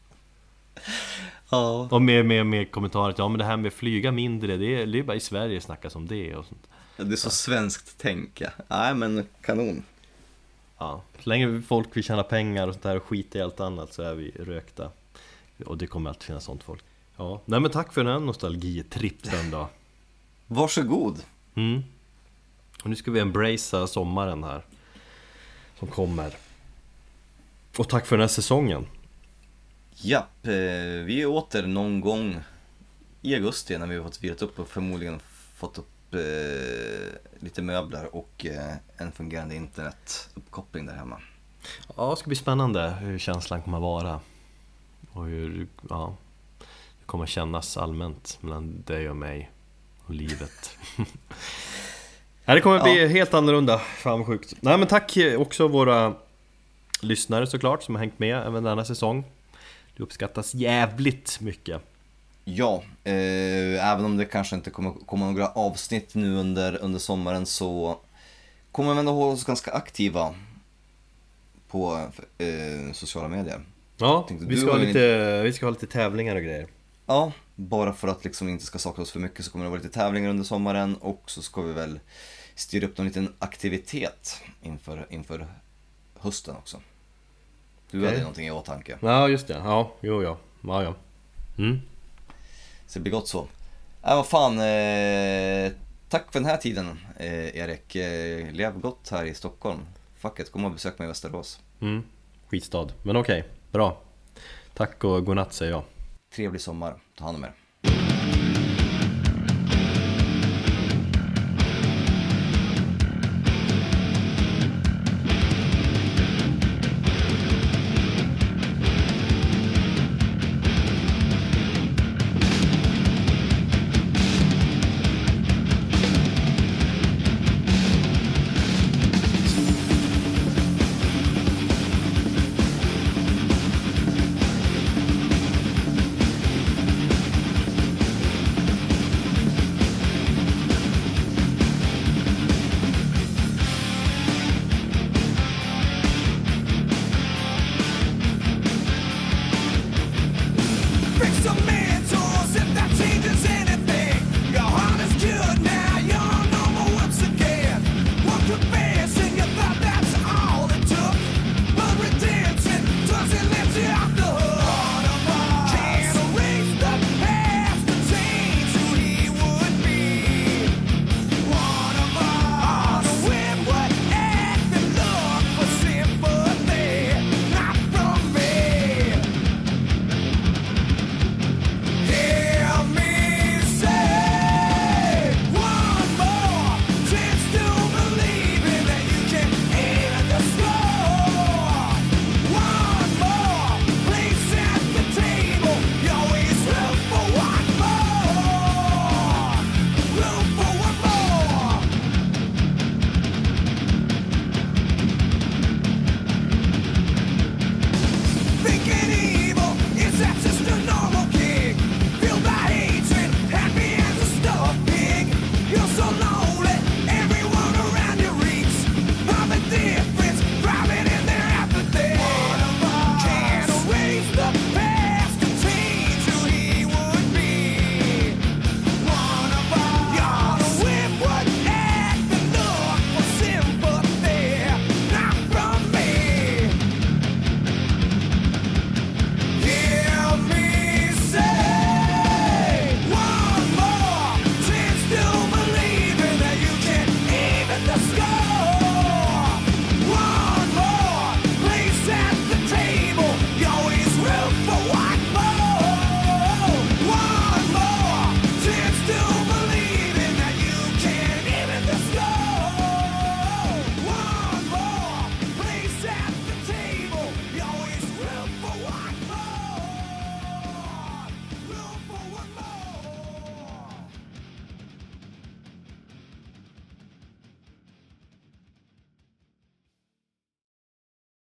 Ja. Och med, med, med kommentarer att ja men det här med flyga mindre, det är, det är bara i Sverige snackas om det och sånt. Det är så svenskt tänka. Nej men kanon. Ja, så länge folk vill tjäna pengar och sånt där och skita i allt annat så är vi rökta. Och det kommer alltid finnas sånt folk. Ja, nej men tack för den här nostalgitrippen då. Varsågod. Mm. Och nu ska vi embracea sommaren här som kommer. Och tack för den här säsongen. Japp, eh, vi är åter någon gång i augusti när vi har fått virat upp och förmodligen fått upp eh, lite möbler och eh, en fungerande internetuppkoppling där hemma. Ja, det ska bli spännande hur känslan kommer att vara. Och hur, ja, det kommer att kännas allmänt mellan dig och mig och livet. Ja, det kommer att bli ja. helt annorlunda. Fan vad sjukt. Nej, men tack också våra lyssnare såklart som har hängt med även denna säsong. Det uppskattas jävligt mycket. Ja, eh, även om det kanske inte kommer komma några avsnitt nu under, under sommaren, så kommer vi ändå hålla oss ganska aktiva på eh, sociala medier. Ja, tänkte, vi, ska ha lite, vi ska ha lite tävlingar och grejer. Ja, bara för att liksom inte ska sakna oss för mycket så kommer det vara lite tävlingar under sommaren. Och så ska vi väl styra upp någon liten aktivitet inför, inför hösten också. Du okay. hade någonting i åtanke. Ja, just det. Ja, jo, ja. Ja, ja. Mm. Så det blir gott så. Äh, vad fan. Eh, tack för den här tiden, eh, Erik. Eh, lev gott här i Stockholm. Fuck it, kom och besök mig i Västerås. Mm. Skitstad. Men okej, okay. Bra. Tack och godnatt säger jag. Trevlig sommar. Ta hand om er.